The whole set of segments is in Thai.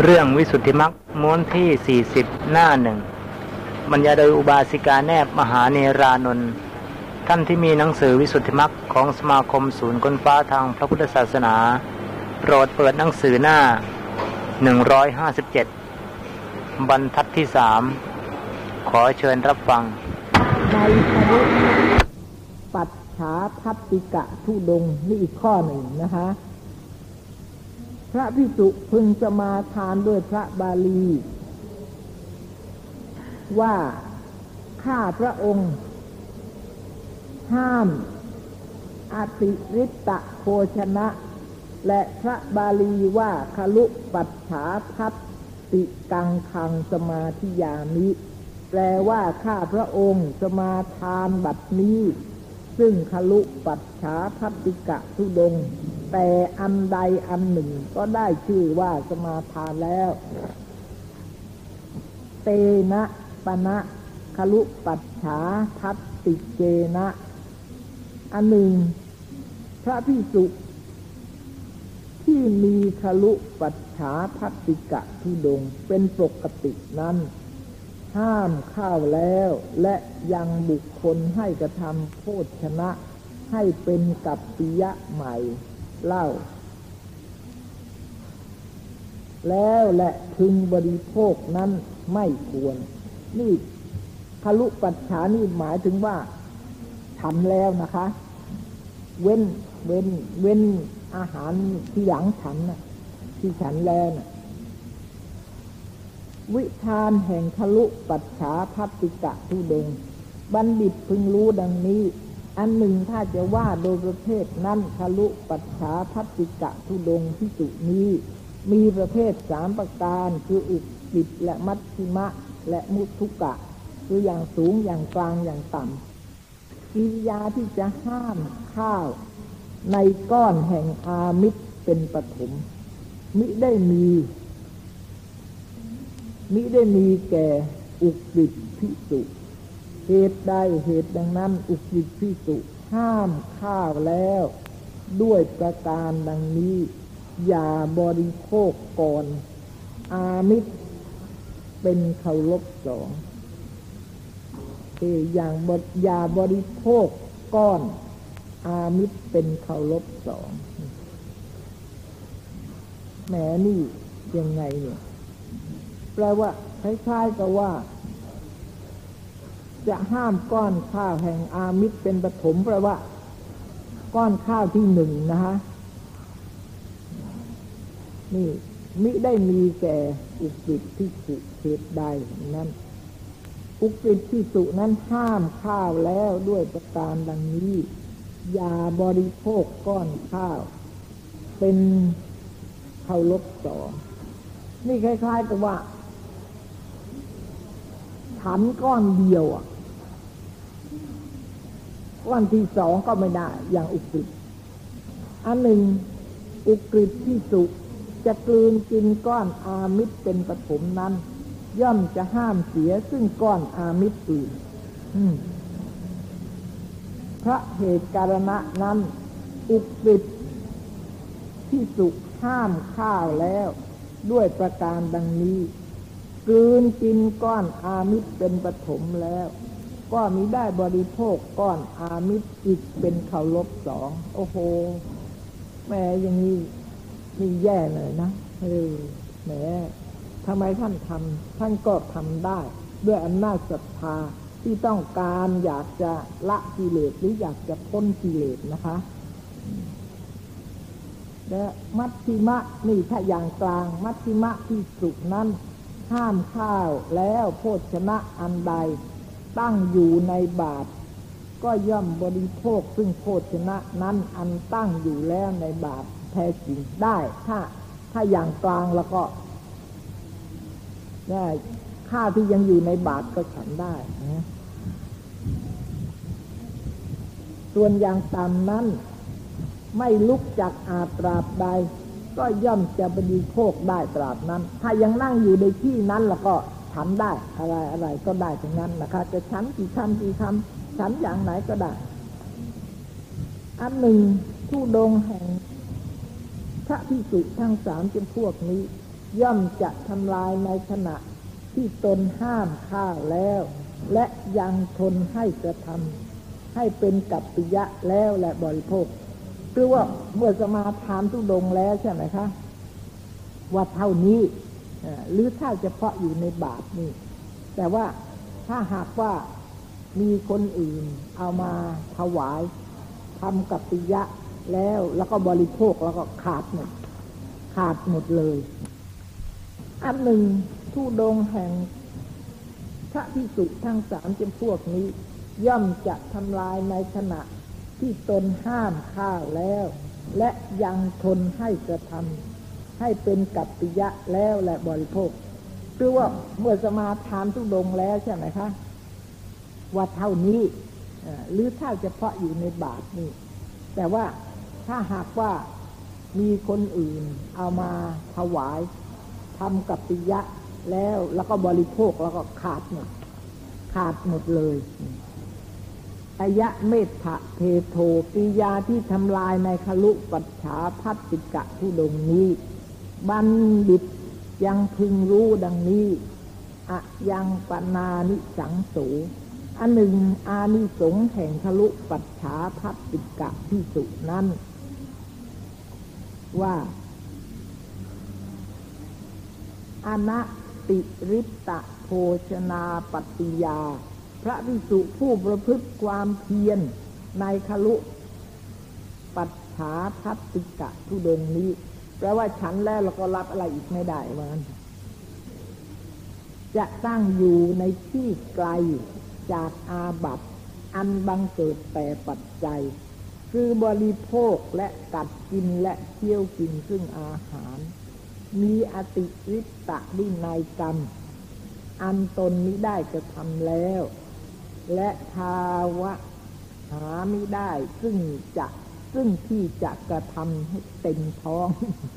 เรื่องวิสุทธิมรรคม้วนที่40หน้าหนึ่งบรรยายโดยอุบาสิกาแนบมหาเนรานนท์ท่านที่มีหนังสือวิสุทธิมรรคของสมาคมศูนย์ค้นฟ้าทางพระพุทธศาสนาโปรดเปิดหนังสือหน้า157บรรทัดที่3ขอเชิญรับฟังในครุปัจฉาทัตติกะทุดงนี่อีกข้อหนึ่งนะคะพระภิกษุพึงสมาทานด้วยพระบาลีว่าข้าพระองค์ห้ามอติริตะโภชนะและพระบาลีว่าคลุปัจฉาทัตติกังคังสมาธิยามิแปลว่าข้าพระองค์สมาทานบัดนี้ซึ่งคลุปัจฉาทัตติกะทุดงแต่อันใดอันหนึ่งก็ได้ชื่อว่าสมาทานแล้วเตนะปนะคลุปัจฉาทัตติเจนะอันหนึ่งพระภิกษุที่มีคลุปัจฉาทัตติกะทุดงเป็นปกตินั้นห้ามข้าวแล้วและยังบุคคลให้กระทำโภชนะให้เป็นกัปปิยะใหม่เล่าแล้วและพึงบริโภคนั้นไม่ควรนี่คลุปัจฉานี่หมายถึงว่าฉันแล้วนะคะเว้นอาหารที่หลังฉันนะที่ฉันแล้วนะวิธานแห่งคลุปัจฉาทัตติกะทุดงบัณฑิตพึงรู้ดังนี้อันหนึ่งถ้าจะว่าโดยประเภทนั้นคลุปัจฉาทัตติกะทุดงภิกษุนี้มีประเภท3ประการคืออุกิจและมัชฌิมะและมุทุกะคืออย่างสูงอย่างกลางอย่างต่ำกิริยาที่จะห้ามข้าวในก้อนแห่งอามิตรเป็นปฐมมิได้มีแก่อุกิจภิกษุเหตุใดเหตุดังนั้นอุกิจภิกษุห้ามข้าวแล้วด้วยประการดังนี้อย่าบริโภคก่อนอามิตรเป็นเคารพ2อย่าบริโภคก้อนอามิตรเป็นเคารพ2แหมนี่ยังไงเนี่ยแปลว่าคล้ายๆกับว่าจะห้ามก้อนข้าวแห่งอามิตรเป็นปฐมแปลว่าก้อนข้าวที่1นะฮะนี่มิได้มีแก่อุกิจภิกษุเหตุใดนั้นอุกิจภิกษุนั้นห้ามข้าวแล้วด้วยประการดังนี้อย่าบริโภคก้อนข้าวเป็นเคารพ2นี่คล้ายๆกับว่าฉันก้อนเดียวก้อนที่2ก็ไม่ได้อย่างอุกฤษอันหนึ่งอุกฤษภิกษุจะกลืนกินก้อนอามิตรเป็นปฐมนั้นย่อมจะห้ามเสียซึ่งก้อนอามิตรอื่นพระเหตุการณะนั้นอุกฤษภิกษุห้ามข้าวแล้วด้วยประการดังนี้กลืนกินก้อนอามิตรเป็นปฐมแล้วก็มิได้บริโภคก้อนอามิตรอีกเป็นเคารพ2โอ้โหแม่อย่างนี้นี่แย่เลยนะแหมทำไมท่านก็ทำได้ด้วยอำนาจศรัทธาที่ต้องการอยากจะละกิเลสหรืออยากจะพ้นกิเลสนะคะและมัชฌิมะนี่ถ้าอย่างกลางมัชฌิมะที่สุขนั้นห้ามข้าวแล้วโภชนะอันใดตั้งอยู่ในบาตรก็ย่อมบริโภคซึ่งโภชนะนั้นอันตั้งอยู่แล้วในบาตรแท้จริงได้ถ้าอย่างกลางแล้วก็ได้ข้าวที่ยังอยู่ในบาตรก็ฉันได้นะส่วนอย่างต่ำนั้นไม่ลุกจากอาตราบใดก็ย่อมจะบริโภคได้ตราบนั้นถ้ายังนั่งอยู่ในที่นั้นแล้วก็ฉันได้อะไรก็ได้ทั้งนั้นนะคะจะฉันกี่คำฉันอย่างไหนก็ได้อันหนึ่งธุดงค์แห่งพระภิกษุทั้ง3จำพวกนี้ย่อมจะทำลายในขณะที่ตนห้ามฆ่าแล้วและยังทนให้กระทำให้เป็นกัปปิยะแล้วและบริโภคคือว่าเมื่อสมาทานทุดงแล้วใช่ไหมคะว่าเท่านี้หรือถ้าเฉพาะอยู่ในบาทนี่แต่ว่าถ้าหากว่ามีคนอื่นเอามาถวายทำกัปปิยะแล้วก็บริโภคแล้วก็ขาดหมดเลยอันหนึ่งทุดงแห่งพระภิกษุทั้งสามจำพวกนี้ย่อมจะทำลายในขณะที่ตนห้ามฆ่าแล้วและยังทนให้กระทำให้เป็นกัปปิยะแล้วและบริโภคคือว่าเมื่อสมาทานทุดงแล้วใช่ไหมคะว่าเท่านี้หรือถ้าเฉพาะอยู่ในบาทนี่แต่ว่าถ้าหากว่ามีคนอื่นเอามาถวายทำกัปปิยะแล้วก็บริโภคแล้วก็ขาดหมดเลยอายะเมธะเพโทปิยาที่ทำลายในคลุปัจฉาพัตติกะทุดงนี้บัณฑิตยังพึงรู้ดังนี้อะยังปนานิสังโสอันหนึ่งอานิสงส์แห่งคลุปัจฉาพัตติกะภิกษุนั้นว่าอนัตติริตตะโภชนาปฏิยาพระภิกษุผู้ประพฤติความเพียรในคลุปัจฉาพัตติกะทุดงนี้แปลว่าฉันแล้วเราก็รับอะไรอีกไม่ได้ว่างั้นจะตั้งอยู่ในที่ไกลจากอาบัติอันบังเกิดแต่ปัจจัยคือบริโภคและกัดกินและเคี้ยวกินซึ่งอาหารมีอติริตตะวินัยกรรมอันตนมิได้กระทำแล้วและภาวะหามิได้ซึ่งที่จะกระทำให้เต็มท้อง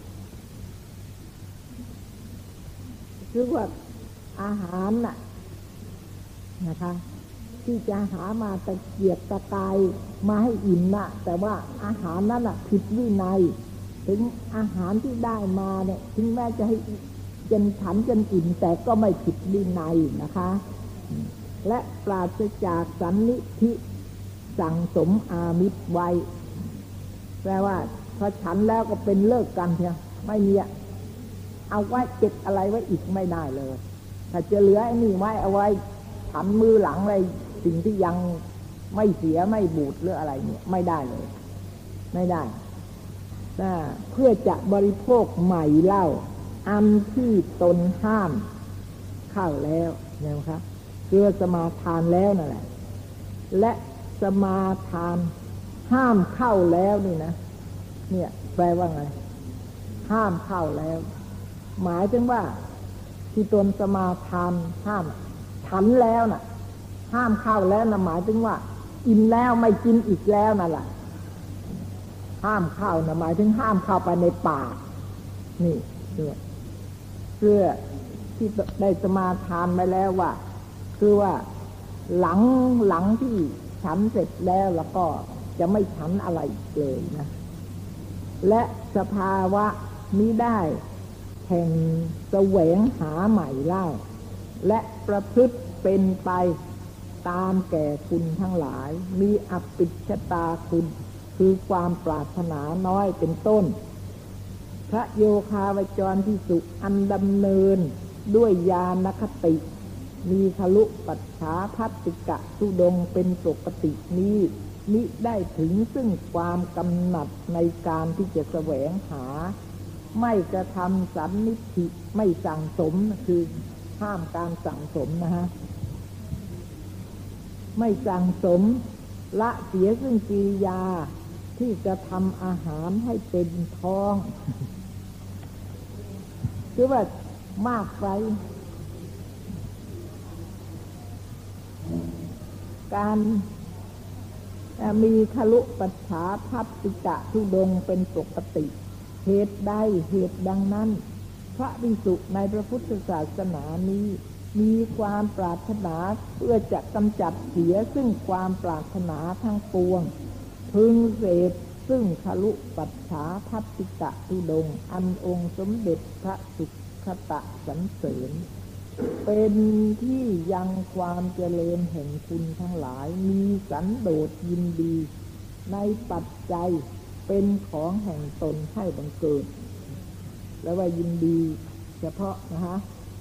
คือว่าอาหารนะคะที่จะหามาตะเกียบตะกายมาให้อิ่มแต่ว่าอาหารนั้นผิดวินัยถึงอาหารที่ได้มาเนี่ยถึงแม้จะให้จนฉันจนอิ่มแต่ก็ไม่ผิดวินัยนะคะและปราศจากสันนิธิสั่งสมอามิตรไว้แปลว่าพอฉันแล้วก็เป็นเลิกกันเพียงไม่มีเอาไว้เก็บอะไรไว้อีกไม่ได้เลยถ้าจะเหลือไอ้นี่ไว้เอาไว้ฉันมือหลังอะไรสิ่งที่ยังไม่เสียไม่บูดหรืออะไรเนี่ยไม่ได้เลยไม่ได้เพื่อจะบริโภคใหม่เล่าอันที่ตนห้ามเข้าแล้วนะครับคือสมาทานแล้วนั่นแหละและสมาทานห้ามเข้าแล้วนี่นะเนี่ยแปลว่าไงห้ามเข้าแล้วหมายถึงว่าที่ตนสมาทานห้ามฉันแล้วห้ามเข้าแล้วหมายถึงว่าอิ่มแล้วไม่กินอีกแล้วนั่นแหละห้ามเข้าหมายถึงห้ามเข้าไปในปากนี่เพื่อที่ได้สมาทานไปแล้วว่าคือว่าหลังที่ฉันเสร็จแล้วก็จะไม่ฉันอะไรเลยนะและสภาวะนี้ได้แห่งแสวงหาใหม่เล่าและประพฤติเป็นไปตามแก่คุณทั้งหลายมีอปิชฌตาคุณคือความปรารถนาน้อยเป็นต้นพระโยคาวจรภิกษุอันดำเนินด้วยญาณคติมีคลุปัจฉาพัตติกะทุดงเป็นปกตินี้มิได้ถึงซึ่งความกำหนัดในการที่จะแสวงหาไม่กระทำสันนิธิไม่สั่งสมคือห้ามการสั่งสมนะฮะไม่สั่งสมละเสียซึ่งกิริยาที่จะทำอาหารให้เป็นท้องคือว่ามากไปการมีคลุปัจฉาพัตติกะทุดงเป็นปกติเหตุใดเหตุดังนั้นพระภิกษุในพระพุทธศาสนานี้มีความปรารถนาเพื่อจะกำจัดเสียซึ่งความปรารถนาทั้งปวงพึงเสพซึ่งคลุปัจฉาพัตติกะทุดงอันองค์สมเด็จพระสุคคตะสรรเสริญเป็นที่ยังความเจริญแห่งคุณทั้งหลายมีสันโดษยินดีในปัจจัยเป็นของแห่งตนให้บังเกิดแล้วว่ายินดีเฉพาะนะคะ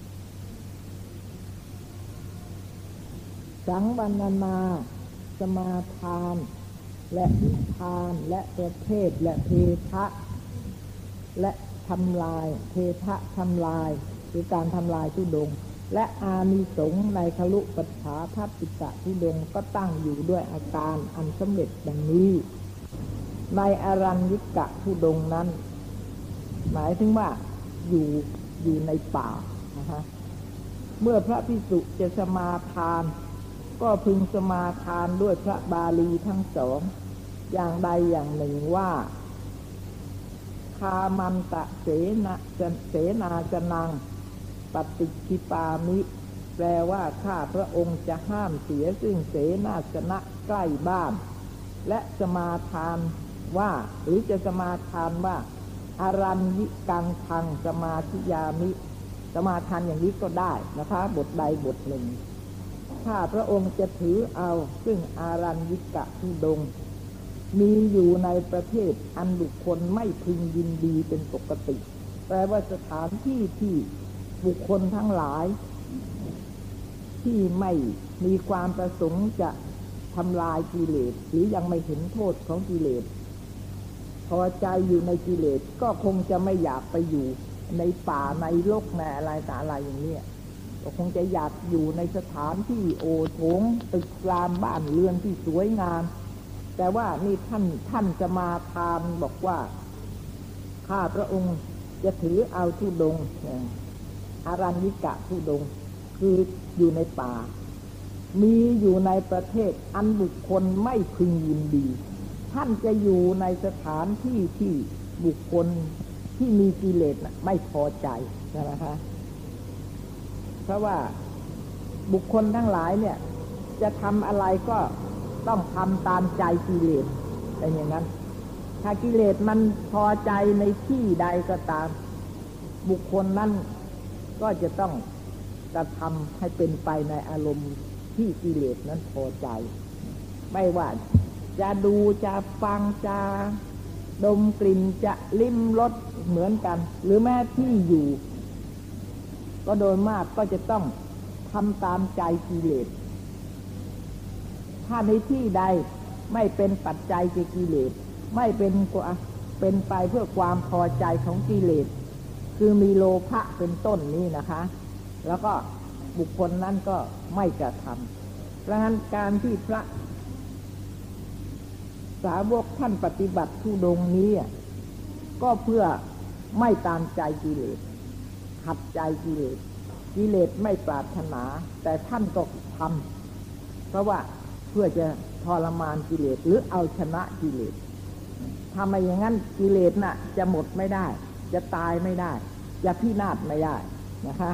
สังวรรณาสมาทานและนิทานและประเทศและเททะและทำลายเททะทำลายคือการทำลายธุดงค์และอานิสงส์ในคลุปัฏฐาทัปปิตะธุดงค์ก็ตั้งอยู่ด้วยอาการอันสำเร็จดังนี้ในอรัญญิกะธุดงค์นั้นหมายถึงว่าอยู่ในป่านะคะเมื่อพระภิกษุจะสมาทานก็พึงสมาทานด้วยพระบาลีทั้งสองอย่างใดอย่างหนึ่งว่าคามันตะเสนาจนังปฏิคิปามิแปลว่าข้าพระองค์จะห้ามเสียซึ่งเสนาสนะใกล้บ้านและสมาทานว่าหรือจะสมาทานว่าอารัญญิกังทังสมาธิยามิสมาทานอย่างนี้ก็ได้นะคะบทใดบทหนึ่งถ้าพระองค์จะถือเอาซึ่งอารัญญิกะธุดงค์มีอยู่ในประเทศอันบุคคลไม่พึงยินดีเป็นปกติแปลว่าสถานที่ที่บุคคลทั้งหลายที่ไม่มีความประสงค์จะทำลายกิเลสหรือยังไม่เห็นโทษของกิเลสพอใจอยู่ในกิเลสก็คงจะไม่อยากไปอยู่ในป่าในโลกในอะไรต่ออะไรอย่างนี้ก็คงจะอยากอยู่ในสถานที่โอโถงตึกรามบ้านเรือนที่สวยงามแต่ว่านี่ท่านจะมาทานบอกว่าข้าพระองค์จะถือเอาธุดงค์อารัญญิกะธุดงค์คืออยู่ในป่ามีอยู่ในประเทศอันบุคคลไม่พึงยินดีท่านจะอยู่ในสถานที่ที่บุคคลที่มีกิเลสไม่พอใจนะคะเพราะว่าบุคคลทั้งหลายเนี่ยจะทำอะไรก็ต้องทำตามใจกิเลสเป็นอย่างนั้นถ้ากิเลสมันพอใจในที่ใดก็ตามบุคคลนั้นก็จะต้องกระทำให้เป็นไปในอารมณ์ที่กิเลสนั้นพอใจไม่ว่าจะดูจะฟังจะดมกลิ่นจะลิ้มรสเหมือนกันหรือแม้ที่อยู่ก็โดยมากก็จะต้องทำตามใจกิเลสถ้าในที่ใดไม่เป็นปัจจัยแก่กิเลสไม่เป็นไปเพื่อความพอใจของกิเลสคือมีโลภะเป็นต้นนี้นะคะแล้วก็บุคคลนั้นก็ไม่กระทำเพราะฉะนั้นการที่พระสาวกท่านปฏิบัติธุดงค์นี้ก็เพื่อไม่ตามใจกิเลสขัดใจกิเลสไม่ปรารถนาแต่ท่านก็ทำเพราะว่าเพื่อจะทรมานกิเลสหรือเอาชนะกิเลสทำไมอย่างนั้นกิเลสน่ะจะหมดไม่ได้จะตายไม่ได้จะพินาศไม่ได้นะคะ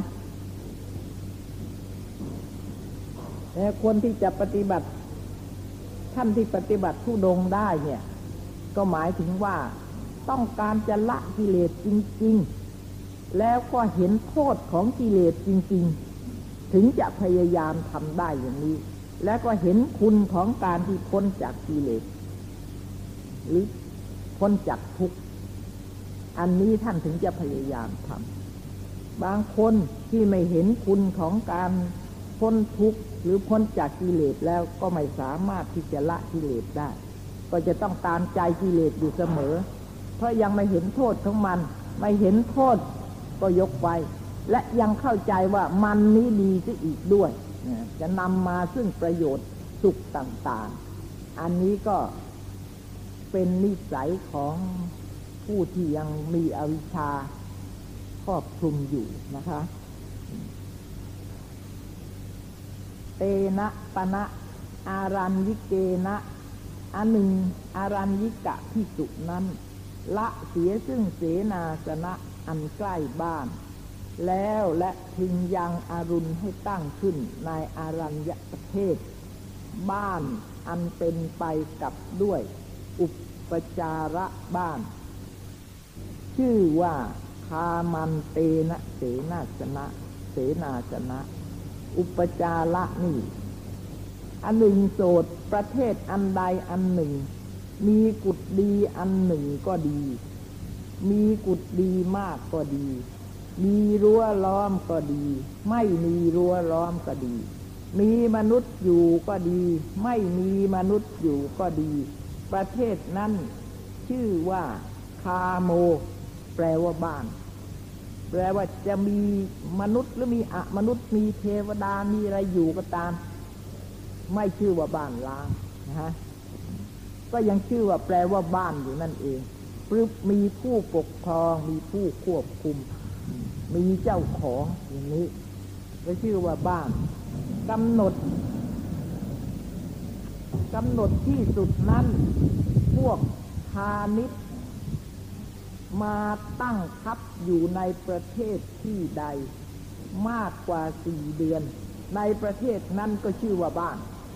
แต่คนที่จะปฏิบัติท่านที่ปฏิบัติธุดงค์ได้เนี่ยก็หมายถึงว่าต้องการจะละกิเลสจริงๆแล้วก็เห็นโทษของกิเลสจริงๆถึงจะพยายามทำได้อย่างนี้แล้วก็เห็นคุณของการที่พ้นจากกิเลสหรือพ้นจากทุกข์อันนี้ท่านถึงจะพยายามทำบางคนที่ไม่เห็นคุณของการพ้นทุกข์หรือพ้นจากกิเลสแล้วก็ไม่สามารถที่จะละกิเลสได้ก็จะต้องตามใจกิเลสอยู่เสมอเพราะยังไม่เห็นโทษของมันไม่เห็นโทษก็ยกไว้และยังเข้าใจว่ามันนี้ดีซะอีกด้วยจะนำมาซึ่งประโยชน์สุขต่างๆอันนี้ก็เป็นนิสัยของผู้ที่ยังมีอวิชชาครอบคลุมอยู่นะคะเตนะปณะอารัญญิเกนะอันหนึ่งอารัญญิกะภิกษุนั้นละเสียซึ่งเสนาสนะอันใกล้บ้านแล้วและพึงยังอรุณให้ตั้งขึ้นในอารัญญประเทศบ้านอันเป็นไปกับด้วยอุปจาระบ้านชื่อว่าคามันเตนะเสนาสนะเสนาสนะอุปจาระนี่อันหนึ่งโสดประเทศอันใดอันหนึ่งมีกุฏดีอันหนึ่งก็ดีมีกุฏดีมากก็ดีมีรั้วล้อมก็ดีไม่มีรั้วล้อมก็ดีมีมนุษย์อยู่ก็ดีไม่มีมนุษย์อยู่ก็ดีประเทศนั้นชื่อว่าคาโมแปลว่าบ้านแปลว่าจะมีมนุษย์หรือมีอมนุษย์มีเทวดามีอะไรอยู่ก็ตามไม่ชื่อว่าบ้านล้างนะฮะก็ยังชื่อว่าแปลว่าบ้านอยู่นั่นเองหรือมีผู้ปกครองมีผู้ควบคุมมีเจ้าของอย่างนี้ก็ชื่อว่าบ้านกำหนดที่สุดนั้นพวกพาณิชย์มาตั้งทัพอยู่ในประเทศที่ใดมากกว่า4 เดือนในประเทศนั้นก็ชื่อว่าบ้าน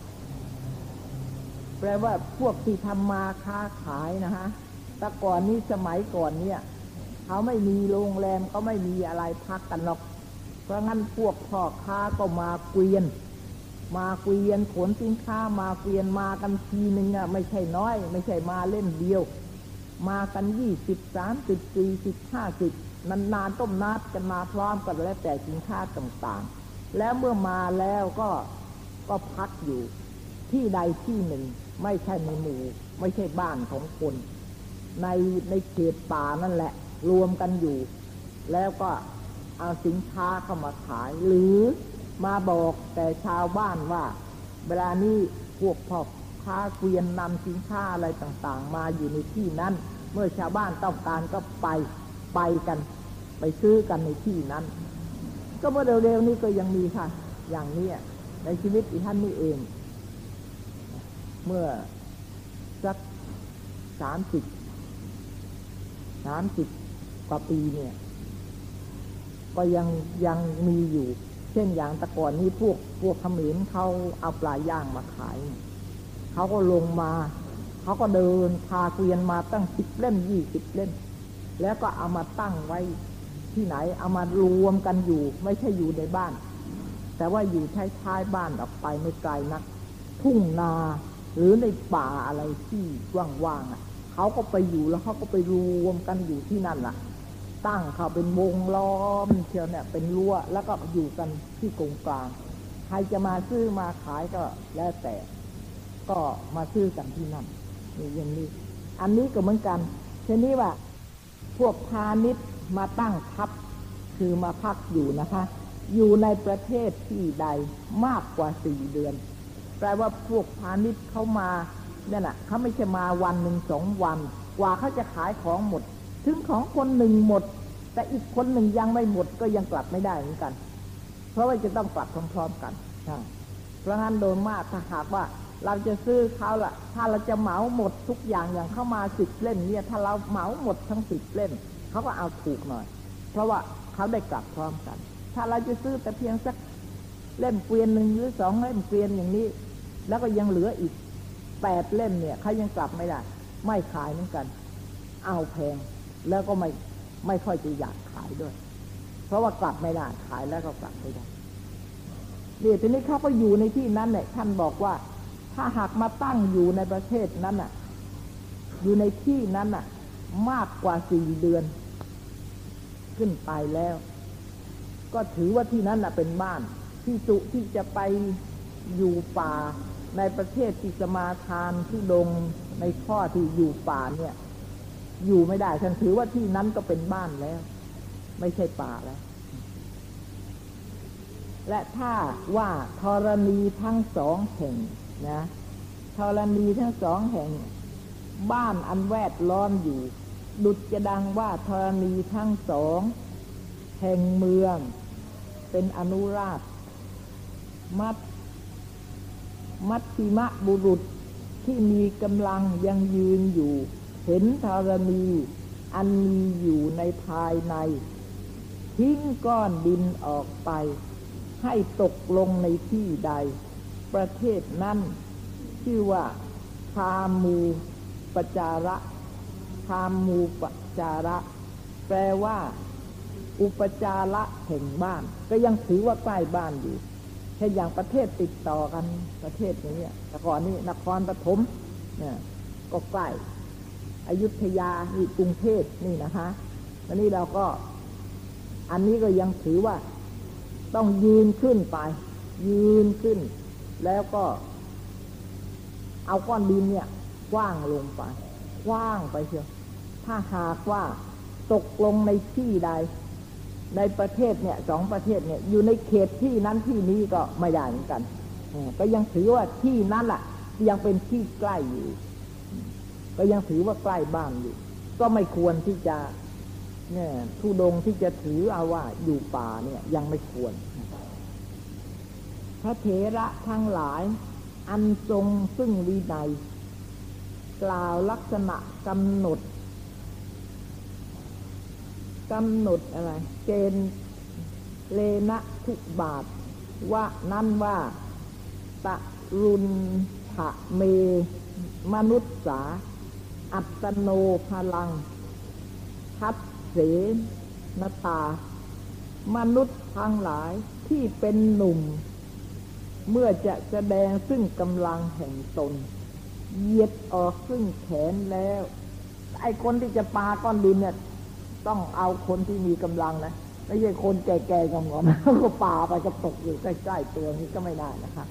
แปลว่าพวกที่ทำมาค้าขายนะฮะแต่ก่อนนี้สมัยก่อนเนี่ยเขาไม่มีโรงแรมเขาไม่มีอะไรพักกันหรอกเพราะงั้นพวกพ่อค้าก็มาเกวียนขนสินค้ามาเกวียนมากันทีนึงอ่ะไม่ใช่น้อยไม่ใช่มาเล่นเดียวมากัน20 30 40 50นานๆต้มนัดกันมาพร้อมกันแล้วแต่สินค้าต่างๆแล้วเมื่อมาแล้วก็พักอยู่ที่ใดที่หนึ่งไม่ใช่ในหมู่ไม่ใช่บ้านของคนในเขตป่านั่นแหละรวมกันอยู่แล้วก็เอาสินค้าเข้ามาขายหรือมาบอกแต่ชาวบ้านว่าเวลานี้พวกพ่อค้าเกวียนนำสินค้าอะไรต่างๆมาอยู่ในที่นั้นเมื่อชาวบ้านต้องการก็ไปกันไปซื้อกันในที่นั้นก็เมื่อเร็วๆนี้ก็ยังมีค่ะอย่างนี้ในชีวิตอีท่านนี่เองเมื่อสัก30 กว่าปีเนี่ยก็ยังมีอยู่เช่นอย่างแต่ก่อนนี้พวกเขมรเขาเอาปลาย่างมาขายเขาก็ลงมาเขาก็เดินพาเกวียนมาตั้ง10 เล่ม20 เล่มแล้วก็เอามาตั้งไว้ที่ไหนเอามารวมกันอยู่ไม่ใช่อยู่ในบ้านแต่ว่าอยู่ท้ายบ้านออกไปไม่ไกลนักทุ่งนาหรือในป่าอะไรที่ว่างๆเขาก็ไปอยู่แล้วเขาก็ไปรวมกันอยู่ที่นั่นล่ะตั้งเขาเป็นวงล้อมเชียวเนี่ยเป็นรั้วแล้วก็อยู่กันที่กงกลางใครจะมาซื้อมาขายก็แล้วแต่ก็มาซื้อกันที่นั่นนี่อย่างนี้อันนี้ก็เหมือนกันเช่นนี้ว่าพวกพาณิชย์มาตั้งทัพคือมาพักอยู่นะคะอยู่ในประเทศที่ใดมากกว่า4 เดือนแปลว่าพวกพาณิชย์เขามาเนี่ยนะเขาไม่ใช่มาวันหนึ่ง2 วันกว่าเขาจะขายของหมดถึงของคนหนึ่งหมดแต่อีกคนหนึ่งยังไม่หมดก็ยังกลับไม่ได้เหมือนกันเพราะว่าจะต้องกลับพร้อมๆกันใช่เพราะงั้นโดยมากถ้าหากว่าเราจะซื้อเขาล่ะถ้าเราจะเหมาหมดทุกอย่างเข้ามา10 เล่มเนี่ยถ้าเราเหมาหมดทั้ง10 เล่มเขาก็เอาถูกหน่อยเพราะว่าเขาได้กลับพร้อมกันถ้าเราจะซื้อแต่เพียงสักเล่มเกวียนหนึ่งหรือ2 เล่มเกวียนอย่างนี้แล้วก็ยังเหลืออีก8 เล่มเนี่ยเขายังกลับไม่ได้ไม่ขายเหมือนกันเอาแพงแล้วก็ไม่ค่อยจะอยากขายด้วยเพราะว่ากลับไม่ได้ขายแล้วก็กลับไม่ได้เดี๋ยวทีนี้เขาก็อยู่ในที่นั้นเนี่ยท่านบอกว่าถ้าหากมาตั้งอยู่ในประเทศนั้นน่ะอยู่ในที่นั้นน่ะมากกว่า4 เดือนขึ้นไปแล้วก็ถือว่าที่นั้นน่ะเป็นบ้านที่สุที่จะไปอยู่ป่าในประเทศที่สมาทานทุดงในข้อที่อยู่ป่าเนี่ยอยู่ไม่ได้ท่านถือว่าที่นั้นก็เป็นบ้านแล้วไม่ใช่ป่าแล้วและถ้าว่าธรณีทั้ง2 แห่งนะธรณีทั้ง2 แห่งบ้านอันแวดล้อมอยู่ดุจจะดังว่าธรณีทั้ง2 แห่งเมืองเป็นอนุราชมัชฌิมบุรุษที่มีกำลังยังยืนอยู่เห็นธรณีอันมีอยู่ในภายในทิ้งก้อนดินออกไปให้ตกลงในที่ใดประเทศนั้นชื่อว่าคามูปจาระแปลว่าอุปจาระแห่งบ้านก็ยังถือว่าใกล้บ้านอยู่เช่นอย่างประเทศติดต่อกันประเทศนี้แต่ก่อนนี้นครปฐมเนี่ยก็ใกล้อยุธยานี่กรุงเทพนี่นะคะแล้วนี่เราก็อันนี้ก็ยังถือว่าต้องยืนขึ้นไปยืนขึ้นแล้วก็เอาก้อนดินเนี่ยกว้างลงไปกว้างไปเชียวถ้าหากว่าตกลงในที่ใดในประเทศเนี่ย2ประเทศเนี่ยอยู่ในเขตที่นั้นที่นี้ก็ไม่ได้เหมือนกันก็ยังถือว่าที่นั้นแหละยังเป็นที่ใกล้อยู่ก็ยังถือว่าใกล้บ้านอยู่ก็ไม่ควรที่จะเนี่ยธุดงค์ที่จะถือเอาว่าอยู่ป่าเนี่ยยังไม่ควรพระเถระทั้งหลายอันทรงซึ่งวินัยกล่าวลักษณะกำหนดอะไรเกณฑ์เลนะทุบาทว่านั่นว่าตะรุณถะเมมนุษสาอัตโนพลังทัศเสนตามนุษย์ทั้งหลายที่เป็นหนุ่มเมื่อจะแสดงซึ่งกำลังแห่งตนเหยียดออกซึ่งแขนแล้วไอ้คนที่จะปาก้อนดินเนี่ยต้องเอาคนที่มีกำลังนะไม่ใช่คนแก่ๆงอมๆก็ปาไปก็ตกอยู่ใกล้ๆตัวนี้ก็ไม่ได้นะคะ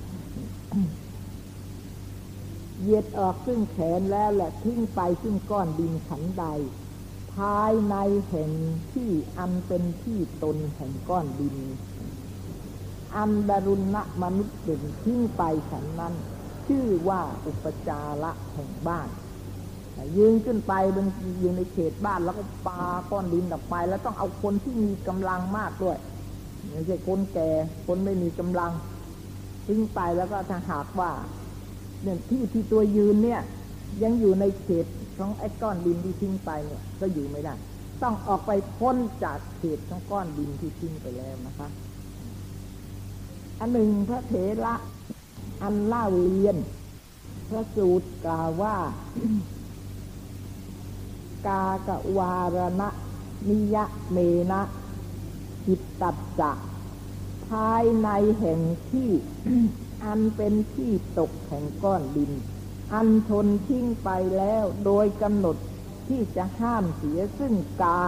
เหยียดออกซึ่งแขนแล้วแหละทิ้งไปซึ่งก้อนดินฉันใดภายในแห่งที่อันเป็นที่ตนแห่งก้อนดินอันดารุณมนุษย์เป็นทิ้งไปฉันนั้นชื่อว่าอุปจาระแห่งบ้านยืนขึ้นไปบนอยู่ในเขตบ้านแล้วก็ปาก้อนดินออกไปแล้วต้องเอาคนที่มีกำลังมากด้วยไม่ใช่คนแก่คนไม่มีกำลังทิ้งไปแล้วก็ถ้าหากว่าเนี่ยที่ตัวยืนเนี่ยยังอยู่ในเขตของไอ้ก้อนดินที่ทิ้งไปเนี่ยก็อยู่ไม่ได้ต้องออกไปพ้นจากเขตของก้อนดินที่ทิ้งไปแล้วนะคะอันหนึ่งพระเถระอันเล่าเรียนพระสูตรกล่าวว่ากากวารณะนิยะเมนะจิตตัสสะภายในแห่งที่ อันเป็นที่ตกแห่งก้อนดินอันชนทิ้งไปแล้วโดยกำหนดที่จะห้ามเสียซึ่งกา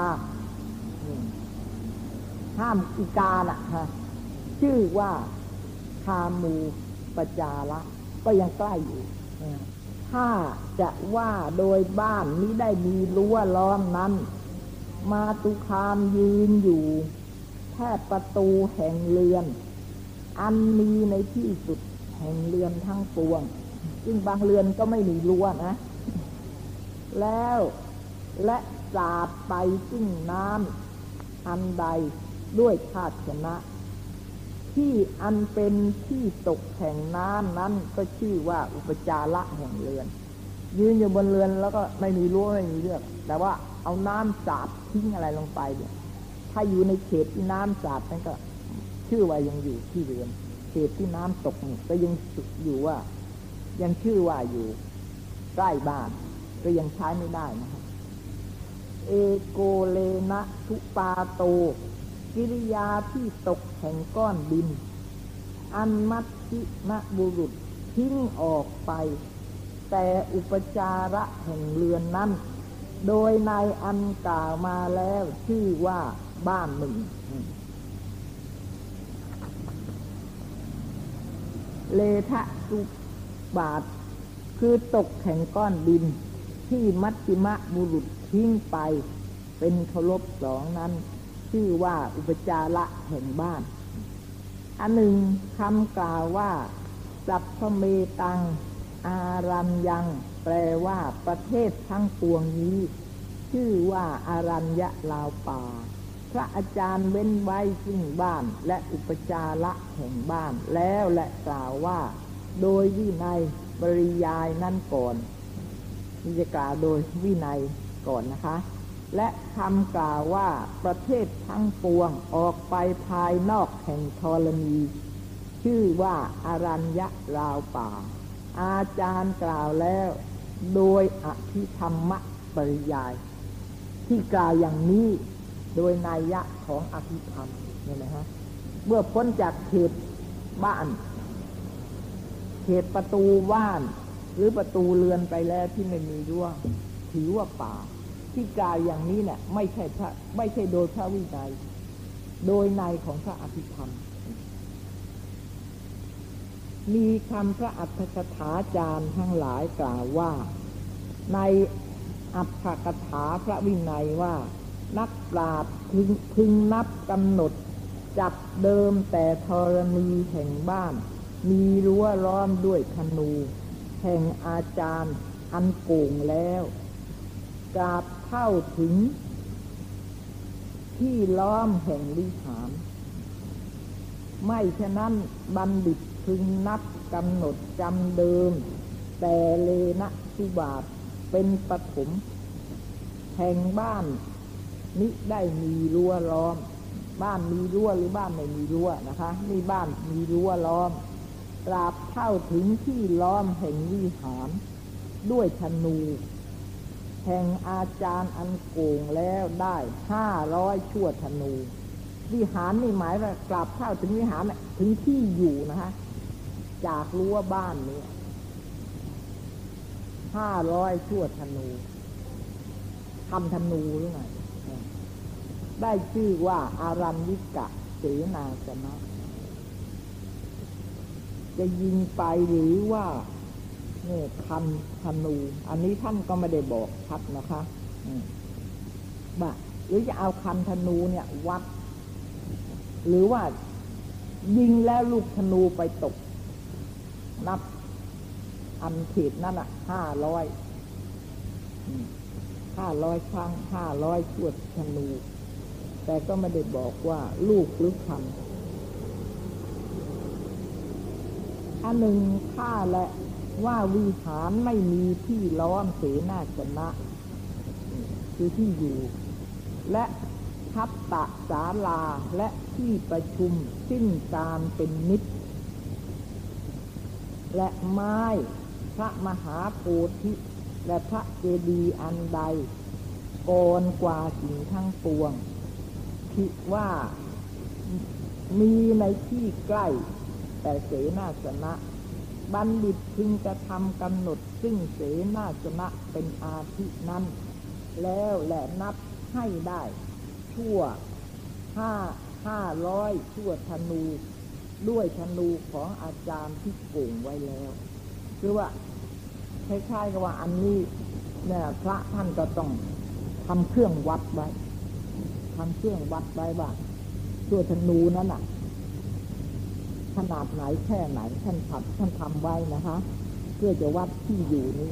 ห้ามอีกาน่ะฮะชื่อว่าคามูปจาระก็ยังใกล้อยู่ถ้าจะว่าโดยบ้านนี้ได้มีรั้วล้อมนั้นมาตุคามยืนอยู่แทบประตูแห่งเรือนอันมีในที่สุดแห่งเรือนทั้งปวงซึ่งบางเรือนก็ไม่มีรั้วนะแล้วและสาดไปซึ่งน้ำอันใดด้วยภาชนะที่อันเป็นที่ตกแห่งน้ำนั้นก็ชื่อว่าอุปจาระแห่งเรือนยืนอยู่บนเรือนแล้วก็ไม่มีรั้วไม่มีเรือกแต่ว่าเอาน้ำสาดทิ้งอะไรลงไปเนี่ยถ้าอยู่ในเขตที่น้ำสาดนั่นก็ชื่อว่ายังอยู่ที่เรือนเขตที่น้ำตกนี่ก็ยังอยู่ว่ายังชื่อว่าอยู่ใกล้บ้านก็ยังใช้ไม่ได้นะครับเอโกเลนะทุปาโตกิริยาที่ตกแห่งก้อนดินอันมัชชิมบุรุษทิ้งออกไปแต่อุปจาระแห่งเรือนนั้นโดยในอันกล่าวมาแล้วชื่อว่าบ้านหนึ่งเลทะสุบาทคือตกแห่งก้อนดินที่มัชชิมบุรุษทิ้งไปเป็นเคารพสองนั้นชื่อว่าอุปจาระแห่งบ้านอันหนึ่งคำกล่าวว่าสัพพเมตังอารัญญังแปลว่าประเทศทั้งปวงนี้ชื่อว่าอารัญญะลาวป่าพระอาจารย์เว้นไว้ซึ่งบ้านและอุปจาระแห่งบ้านแล้วและกล่าวว่าโดยวินัยปริยายนั้นก่อนนี่จะกล่าวโดยวินัยก่อนนะคะและคำกล่าวว่าประเทศทั้งปวงออกไปภายนอกแห่งธรณีชื่อว่าอารัญญะราวป่าอาจารย์กล่าวแล้วโดยอภิธรรมปริยายที่กล่าวอย่างนี้โดยนัยยะของอภิธรรมเนี่ยนะฮะเมื่อพ้นจากเขตบ้านเขตประตูบ้านหรือประตูเรือนไปแล้วที่ไม่มีรั้วถือว่าป่าที่กล่าวอย่างนี้เนี่ยไม่ใช่โดยพระวินัยโดยในของพระอภิธรรมมีคำพระอัตถกถาจารย์ทั้งหลายกล่าวว่าในอัตถกถาพระวินัยว่านักปราชญ์พึงนับกำหนดจับเดิมแต่ธรณีแห่งบ้านมีรั้วล้อมด้วยธนูแห่งอาจารย์อันโก่งแล้วกราบเท่าถึงที่ล้อมแห่งวิหารไม่ฉะนั้นบัณฑิตพึงนับกำหนดจำเดิมแต่เลนะสุบาทเป็นปฐมแห่งบ้านมิได้มีรั้วล้อมบ้านมีรั้วหรือบ้านไม่มีรั้วนะคะนี่บ้านมีรั้วล้อมตราบเท่าถึงที่ล้อมแห่งวิหารด้วยธนูแห่งอาจารย์อันโก่งแล้วได้500ชั่วธนูวิหารนี่หมายว่ากราบเท่าถึงวิหารถึงที่อยู่นะคะจากรั้วบ้านนี้500ชั่วธนูทำธนูหรือไงได้ชื่อว่าอารัญญิกะเสนาสนะจะยิงไปหรือว่าเนี่ยคันธนูอันนี้ท่านก็ไม่ได้บอกชัดนะคะบ่หรือจะเอาคันธนูเนี่ยวัดหรือว่ายิงแล้วลูกธนูไปตกนับอันเขตนั่น500 ครั้ง500ชั่วธนูแต่ก็ไม่ได้บอกว่าลูกหรือคันอันหนึ่งข้าและว่าวิหารไม่มีที่ล้อมเสนาสนะคือที่อยู่และทัตตศาลาและที่ประชุมสิ้นการเป็นนิจและไม้พระมหาโพธิและพระเจดีย์อันใดก่อนกว่าสิ่งทั้งปวงคิดว่ามีในที่ใกล้แต่เสนาสนะบัณฑิตพึงจะทำกำหนดซึ่งเสนาสนะเป็นอาทินั้นแล้วและนับให้ได้ชั่ว500ชั่วธนูด้วยธนูของอาจารย์ที่โก่งไว้แล้วคือว่าคล้ายๆกับว่าอันนี้เนี่ยพระท่านก็ต้องทำเครื่องวัดไว้ว่าชั่วธนูนั้นน่ะขนาดไหนแค่ไหนท่านทำไว้นะคะเพื่อจะวัดที่อยู่นี้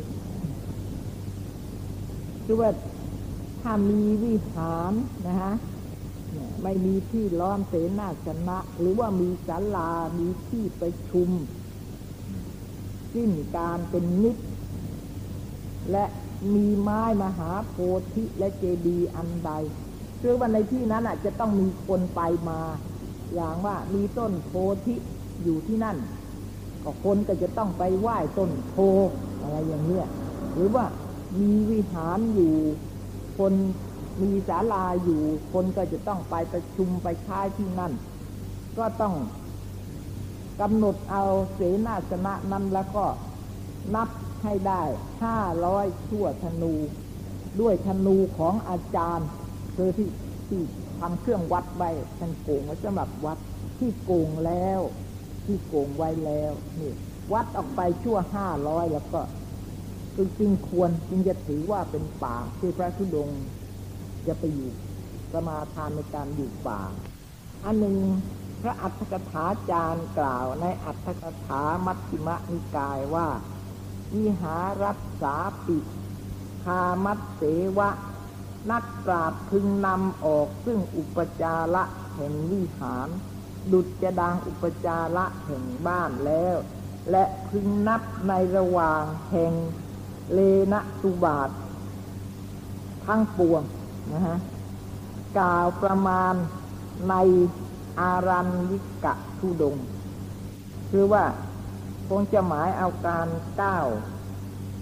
คือว่าถ้ามีวิหารนะคะไม่มีที่ล้อมเสนาสนะหรือว่ามีศาลามีที่ประชุมสิ้นการเป็นนิจและมีไม้มหาโพธิและเจดีย์อันใดคือว่าในที่นั้นจะต้องมีคนไปมาอย่างว่ามีต้นโพธิอยู่ที่นั่นก็คนก็จะต้องไปไหว้ต้นโพอะไรอย่างเงี้ยหรือว่ามีวิหารอยู่คนมีศาลาอยู่คนก็จะต้องไปประชุมไปค้ายที่นั่นก็ต้องกำหนดเอาเสนาสนะนั้นแล้วก็นับให้ได้500ชั่วธนูด้วยธนูของอาจารย์คือที่ทำเครื่องวัดไว้ท่านโกงไว้สำหรับวัดที่โกงแล้วที่โกงไว้แล้วนี่วัดออกไปชั่ว500แล้วก็จึงควรจึงจะถือว่าเป็นป่าที่พระธุดงค์จะไปอยู่สมาทานในการอยู่ป่าอันหนึ่งพระอัตถกถาจารย์กล่าวในอัตถกถามัชฌิมนิกายว่าวิหารัสสาปิคามัตเสวะนักปราชญ์พึงนำออกซึ่งอุปจาระแห่งวิหารดุจจะดังอุปจาระแห่งบ้านแล้วและพึงนับในระหว่างแห่งเลนะสุบาททั้งปวงนะฮะกล่าวประมาณในอารัญญิกะธุดงค์คือว่าคงจะหมายเอาการก้าว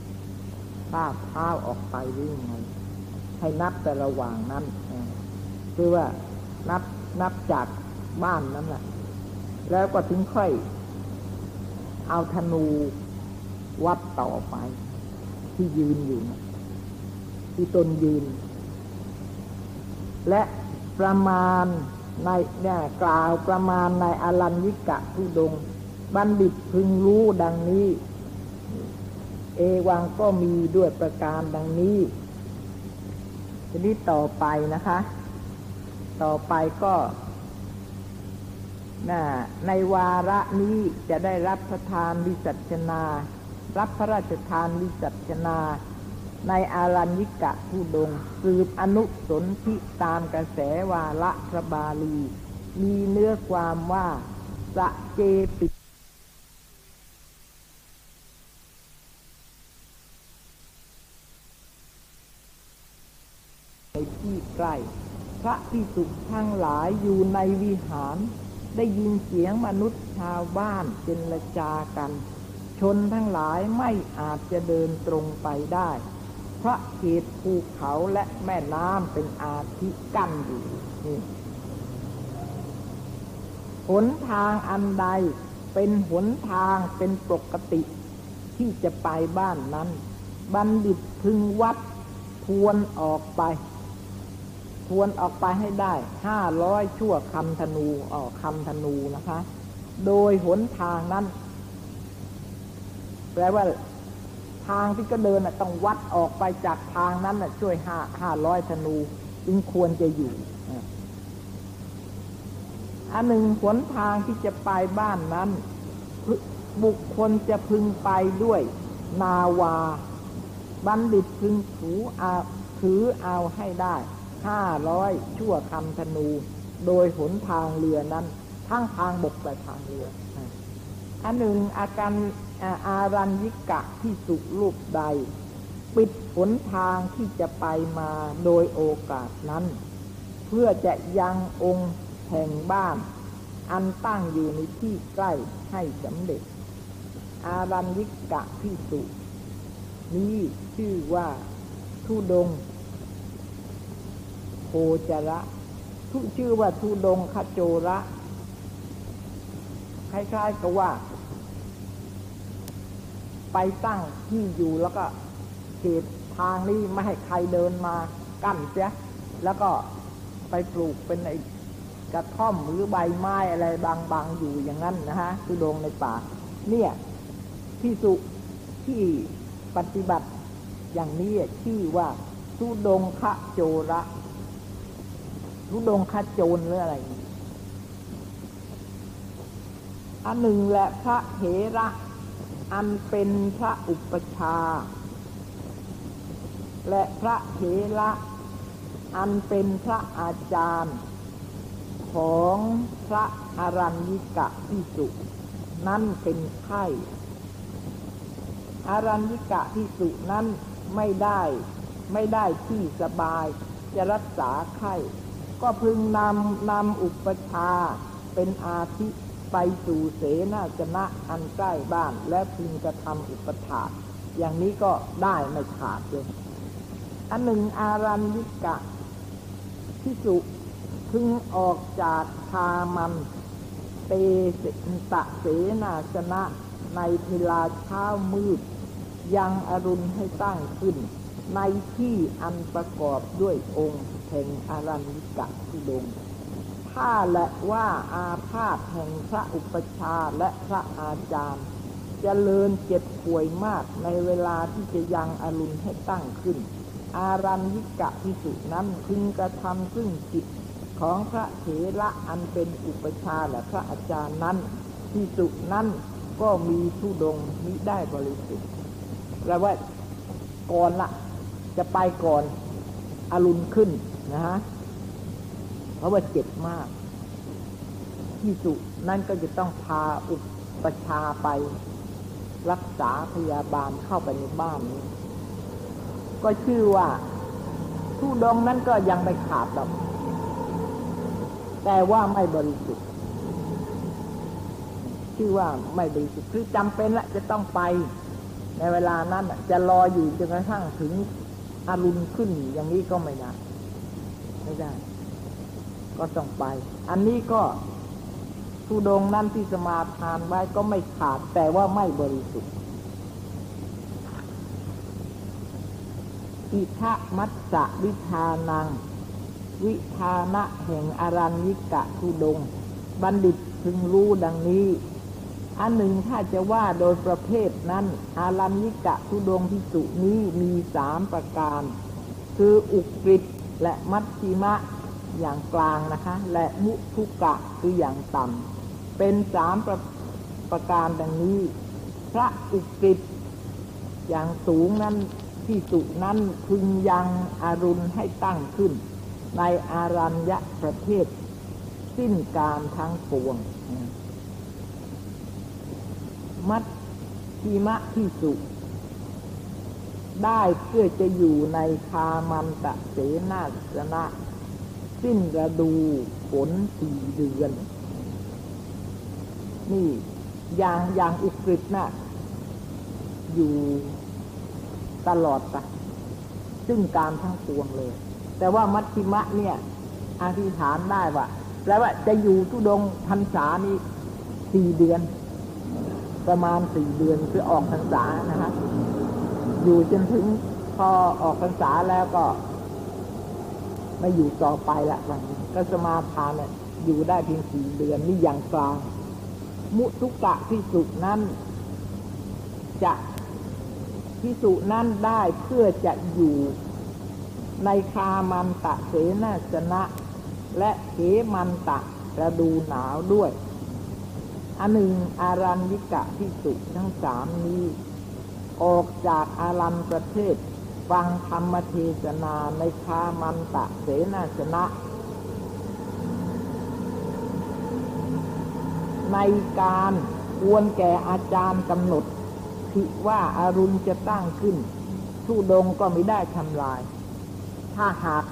เท้าออกไปหรือไงให้นับแต่ระหว่างนั้นเสคือว่านับจากบ้านนั้นแหละแล้วก็ถึงค่อยเอาธนูวัดต่อไปที่ยืนอยู่ที่ตนยืนและประมาณในเนี่ยกล่าวประมาณในอรัญญิกธุดงค์บัณฑิตพึงรู้ดังนี้เอวังก็มีด้วยประการดังนี้ทีนี้ต่อไปนะคะต่อไปก็ในวาระนี้จะได้รับประทานวิสัชนารับพระราชทานวิสัชนาในอารัญญิกธุดงค์สืบอนุสนธิตามกระแสวาระพระบาลีมีเนื้อความว่าสะเจปิในที่ใกล้พระภิกษุทั้งหลายอยู่ในวิหารได้ยินเสียงมนุษย์ชาวบ้านเจรจากันชนทั้งหลายไม่อาจจะเดินตรงไปได้เพราะเขตภูเขาและแม่น้ำเป็นอาทิกั้นอยู่นี่หนทางอันใดเป็นหนทางเป็นปกติที่จะไปบ้านนั้นบัณฑิตพึงวัดทวนออกไปให้ได้500ชั่วคำธนูนะคะโดยหนทางนั้นแปลว่าทางที่ก็เดินต้องวัดออกไปจากทางนั้นช่วย500ธนูจึงควรจะอยู่อันหนึ่งหนทางที่จะไปบ้านนั้นบุคคลจะพึงไปด้วยนาวาบัณฑิตพึงถือเอาให้ได้500ชั่วคำธนูโดยหนทางเรือนั้นทั้งทางบกและทางเรืออันหนึ่งอารัญญิกภิกษุรูปใดปิดหนทางที่จะไปมาโดยโอกาสนั้นเพื่อจะยังองค์แห่งบ้านอันตั้งอยู่ในที่ใกล้ให้สำเร็จอารัญญิกภิกษุนี้ชื่อว่าธุดงค์โคจระชื่อว่าธุดงคโจระคล้ายๆกับว่าไปตั้งที่อยู่แล้วก็เขตทางนี้ไม่ให้ใครเดินมากั้นเสียแล้วก็ไปปลูกเป็นไอ้กระท่อมหรือใบไม้อะไรบางๆอยู่อย่างนั้นนะฮะธุดงค์ในป่าเนี่ยภิกษุที่ปฏิบัติอย่างนี้ชื่อว่าธุดงคโจระธุดงคโจรหรืออะไรอันหนึ่งและพระเถระอันเป็นพระอุปชาและพระเถระอันเป็นพระอาจารย์ของพระอรัญญิกภิกษุนั้นเป็นไข้อรัญญิกภิกษุนั้นไม่ได้ที่สบายจะรักษาไข้ก็พึงนำอุปชาเป็นอาทิไปสู่เสนาสนะอันใกล้บ้านและพึงกระทำอุปถากอย่างนี้ก็ได้ไม่ขาดเลยอันหนึ่งอารัญญิกภิกษุพึงออกจากทามันเตตะเสนาสนะในเวลาเช้ามืดยังอรุณให้ตั้งขึ้นในที่อันประกอบด้วยองค์แห่งอารัญญิกธุดงค์ถ้าและว่าอาพาธแห่งพระอุปชาและพระอาจารย์เจริญเจ็บป่วยมากในเวลาที่จะยังอรุณให้ตั้งขึ้นอารัญญิกภิกษุนั้นพึงกระทำซึ่งจิตของพระเถระอันเป็นอุปชาและพระอาจารย์นั้นภิกษุนั้นก็มีธุดงค์มิได้บริสุทธิ์แปลว่าก่อนละจะไปก่อนอรุณขึ้นนะฮะเพราะว่าเจ็บมากภิกษุนั่นก็จะต้องพาอุปชาไปรักษาพยาบาลเข้าไปในบ้านนี้ก็ชื่อว่าธุดงค์นั้นก็ยังไม่ขาดหรอกแต่ว่าไม่บริสุทธิ์ชื่อว่าไม่บริสุทธิ์คือจำเป็นละจะต้องไปในเวลานั้นจะรออยู่จนกระทั่งถึงอรุณขึ้นอย่างนี้ก็ไม่ได้ก็ต้องไปอันนี้ก็ธุดงค์นั้นที่สมาทานไว้ก็ไม่ขาดแต่ว่าไม่บริสุทธิ์อิทะมัสสะวิธานังวิธานะแห่งอารัญญิกะธุดงค์บัณฑิตพึงรู้ดังนี้อันหนึ่งถ้าจะว่าโดยประเภทนั้นอารัญญิกะธุดงค์ภิกษุนี้มี3ประการคืออุกฤษและมัชฌิมะอย่างกลางนะคะและมุทุกะคืออย่างต่ำเป็น3ประการดังนี้พระอุกฤษอย่างสูงนั้นภิกษุนั้นพึงยังอรุณให้ตั้งขึ้นในอารัญญประเทศสิ้นกาลทั้งปวงมัชฌิมะภิกษุได้เพื่อจะอยู่ในคามันตะเสนาสนะสิ้นฤดูฝน4 เดือนนี่อย่างอุกฤษน่ะอยู่ตลอดไปซึ่งการทั้งปวงเลยแต่ว่ามัชฌิมะเนี่ยอธิษฐานได้ว่าแปลว่าจะอยู่ธุดงค์พรรษานี้4 เดือนประมาณ4 เดือนคือออกพรรษานะคะอยู่จนถึงพอออกพรรษาแล้วก็ไม่อยู่ต่อไปละวันนี้ก็สมาทานเนี่ยอยู่ได้เพียง4 เดือนนี่อย่างกลางมุทุกะภิกษุนั้นจะภิกษุนั้นได้เพื่อจะอยู่ในคามันตะเสนาสนะและเขมันตะฤดูหนาวด้วยอันหนึ่งอารัญญิกะภิกษุทั้ง3นี้ออกจากอารัญประเทศฟังธรรมเทศนาในคามันตะเสนาสนะในการควรแก่อาจารย์กำหนดที่ว่าอารุณจะตั้งขึ้นธุดงค์ก็ไม่ได้ทำลายถ้าหาก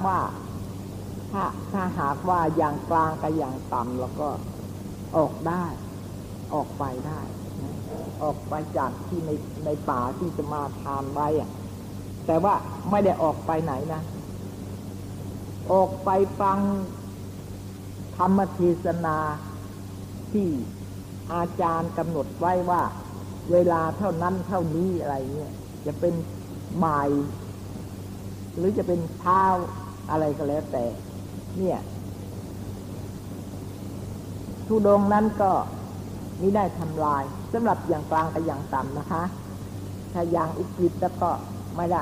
ว่าอย่างกลางกับอย่างต่ำแล้วก็ออกได้ออกไปได้ออกไปจากที่ในป่าที่จะมาทานไว้แต่ว่าไม่ได้ออกไปไหนนะออกไปฟังธรรมเทศนาที่อาจารย์กำหนดไว้ว่าเวลาเท่านั้นเท่านี้อะไรเนี่ยจะเป็นบ่ายหรือจะเป็นเช้าอะไรก็แล้วแต่เนี่ยธุดงค์นั้นก็มิได้ทำลายสำหรับอย่างกลางกับอย่างต่ำนะคะถ้าอย่างอุกฤษแล้วก็ไม่ได้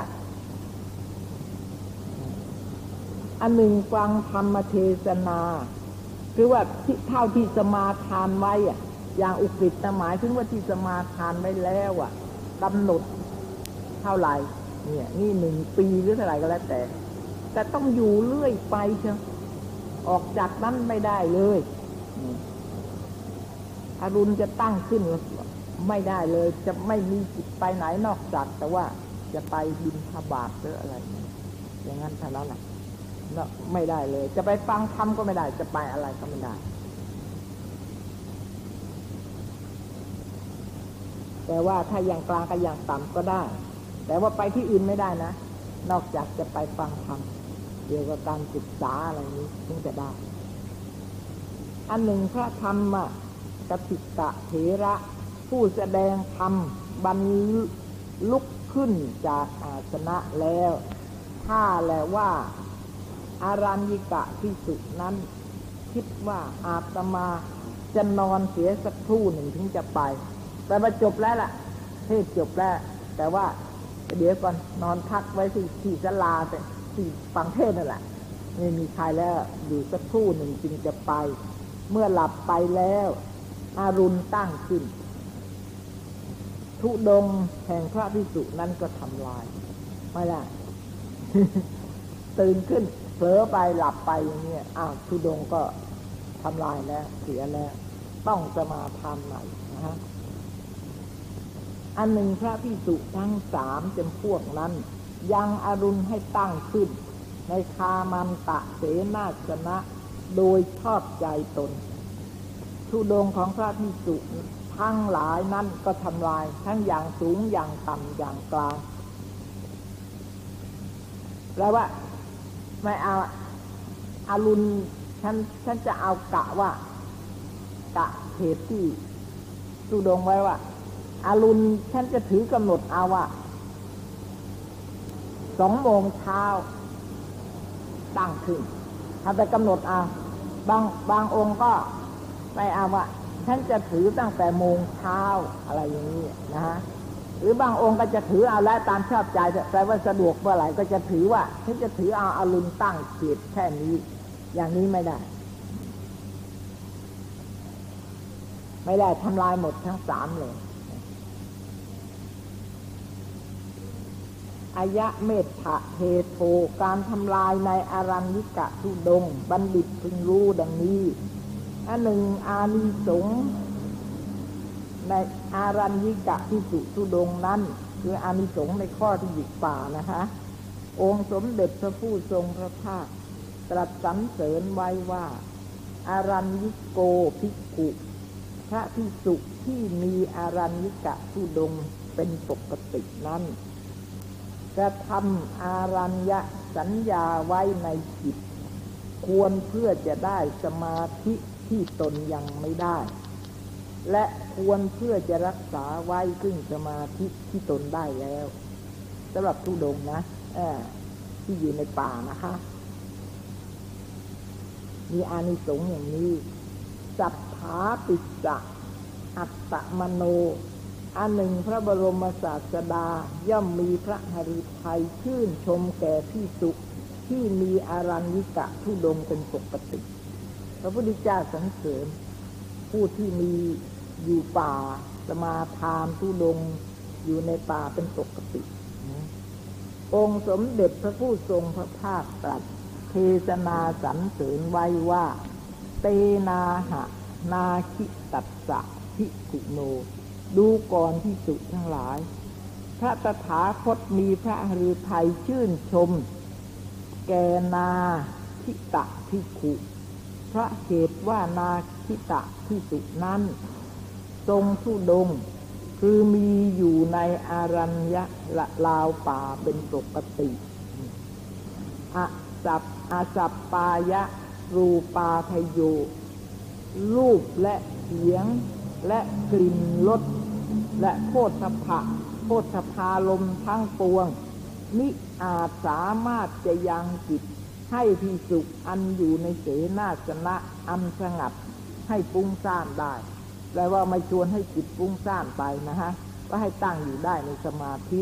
อันหนึ่งฟังธรรมเทศนาคือว่าเท่าที่สมาทานไว้อย่างอุกฤษหมายถึงว่าที่สมาทานไว้แล้วกำหนดเท่าไหร่เนี่ยนี่1 ปีหรือเท่าไหร่ก็แล้วแต่ต้องอยู่เรื่อยไปเชียวออกจากนั้นไม่ได้เลยอรุณจะตั้งขึ้นไม่ได้เลยจะไม่มีจิตไปไหนนอกจากแต่ว่าจะไปบิณฑบาตหรืออะไรอย่างนั้นเท่านั้นไม่ได้เลยจะไปฟังธรรมก็ไม่ได้จะไปอะไรก็ไม่ได้แต่ว่าถ้าอย่างกลางกับอย่างต่ำก็ได้แต่ว่าไปที่อื่นไม่ได้นะนอกจากจะไปฟังธรรมเกี่ยวกับการศึกษาอะไรนี้ถึงจะได้อันหนึ่งพระธรรมกติกะเถระผู้แสดงธรรมบรรลุกขึ้นจากอาสนะแล้วถ้าแลว่าอารัญญิกะภิกษุนั้นคิดว่าอาตมาจะนอนเสียสักครู่หนึ่งถึงจะไปแต่มาจบแล้วล่ะเทศจบแล้วแต่ว่าเดี๋ยวก่อนนอนพักไว้ที่ศาลาแต่ที่ฟังเทศนั่นแหละไม่มีใครแล้วอยู่สักครู่หนึ่งจึงจะไปเมื่อหลับไปแล้วอารุณตั้งขึ้นธุดงค์แห่งพระภิกษุนั้นก็ทำลายไม่ได้ ตื่นขึ้นเผลอไปหลับไปอย่างนี้ธุดงค์ก็ทำลายแล้วเสียแล้วต้องสมาทานใหม่นะฮะอันหนึ่งพระภิกษุทั้ง3จำพวกนั้นยังอรุณให้ตั้งขึ้นในคามันตะเสนาสนะโดยชอบใจตนธุดงค์ของพระภิกษุทั้งหลายนั้นก็ทำลายทั้งอย่างสูงอย่างต่ำอย่างกลางแปลว่าไม่เอาอรุณเฉฉันจะเอากะเหตุที่ตุดงไว้ว่าอารุณฉันจะถือกำหนดเอาว่า2 โมงเช้าตั้งขึ้นถ้าไปกำหนดเอาบางองค์ก็ไม่เอาว่าฉันจะถือตั้งแต่โมงเช้าอะไรอย่างนี้นะฮะหรือบางองค์ก็จะถือเอาแล้วตามชอบใจแต่ว่าสะดวกเมื่อไหร่ก็จะถือว่าฉันจะถือเอาอารุณตั้งเขตแค่นี้อย่างนี้ไม่ได้ทำลายหมดทั้ง3เลยอายะเมธะเทโทการทำลายในอารัญญิกะธุดงค์บัณฑิตพึงรู้ดังนี้อันหนึ่งอานิสงส์ในอารัญญิกะภิกษุธุดงค์นั้นคืออานิสงส์ในข้อที่อยู่ป่านะคะองค์สมเด็จพระผู้ทรงพระภาคตรัสสรรเสริญไว้ว่าอารัญญิโกภิกขุพระภิกษุที่มีอารัญญิกะธุดงค์เป็นปกตินั้นจะทำอารัญญสัญญาไว้ในจิตควรเพื่อจะได้สมาธิที่ตนยังไม่ได้และควรเพื่อจะรักษาไว้ซึ่งสมาธิที่ตนได้แล้วสำหรับธุดงค์นะที่อยู่ในป่านะคะมีอานิสงส์อย่างนี้สัพพาปิสะอัตตมโนอันหนึ่งพระบรมศาสดาย่อมมีพระหฤทัยชื่นชมแก่ภิกษุที่มีอารัญญิกะธุดงค์เป็นปกติพระพุทธเจ้าสรรเสริญผู้ที่มีอยู่ป่าสมาทานธุดงค์อยู่ในป่าเป็นปกติองค์สมเด็จพระผู้ทรงพระภาคตรัสเทศนาสรรเสริญไว้ว่าเตนาหะนาคิตัสสะภิกขุโนดูก่อนภิกษุทั้งหลายพระตถาคตมีพระฤทัยชื่นชมแกนาคิตะภิกขุเพราะเหตุว่านาคิตะภิกษุนั้นทรงธุดงค์คือมีอยู่ในอารัญญลาวป่าเป็นปกติอาสัปปายะรูปาทโยรูปและเสียงและกลิ่นรสและโผฏฐัพพารมณ์ทั้งปวงมิอาจสามารถจะยังจิตให้ภิกษุอันอยู่ในเสนาสนะอันสงัดให้ฟุ้งซ่านได้แปลว่าไม่ชวนให้จิตฟุ้งซ่านไปนะฮะก็ให้ตั้งอยู่ได้ในสมาธิ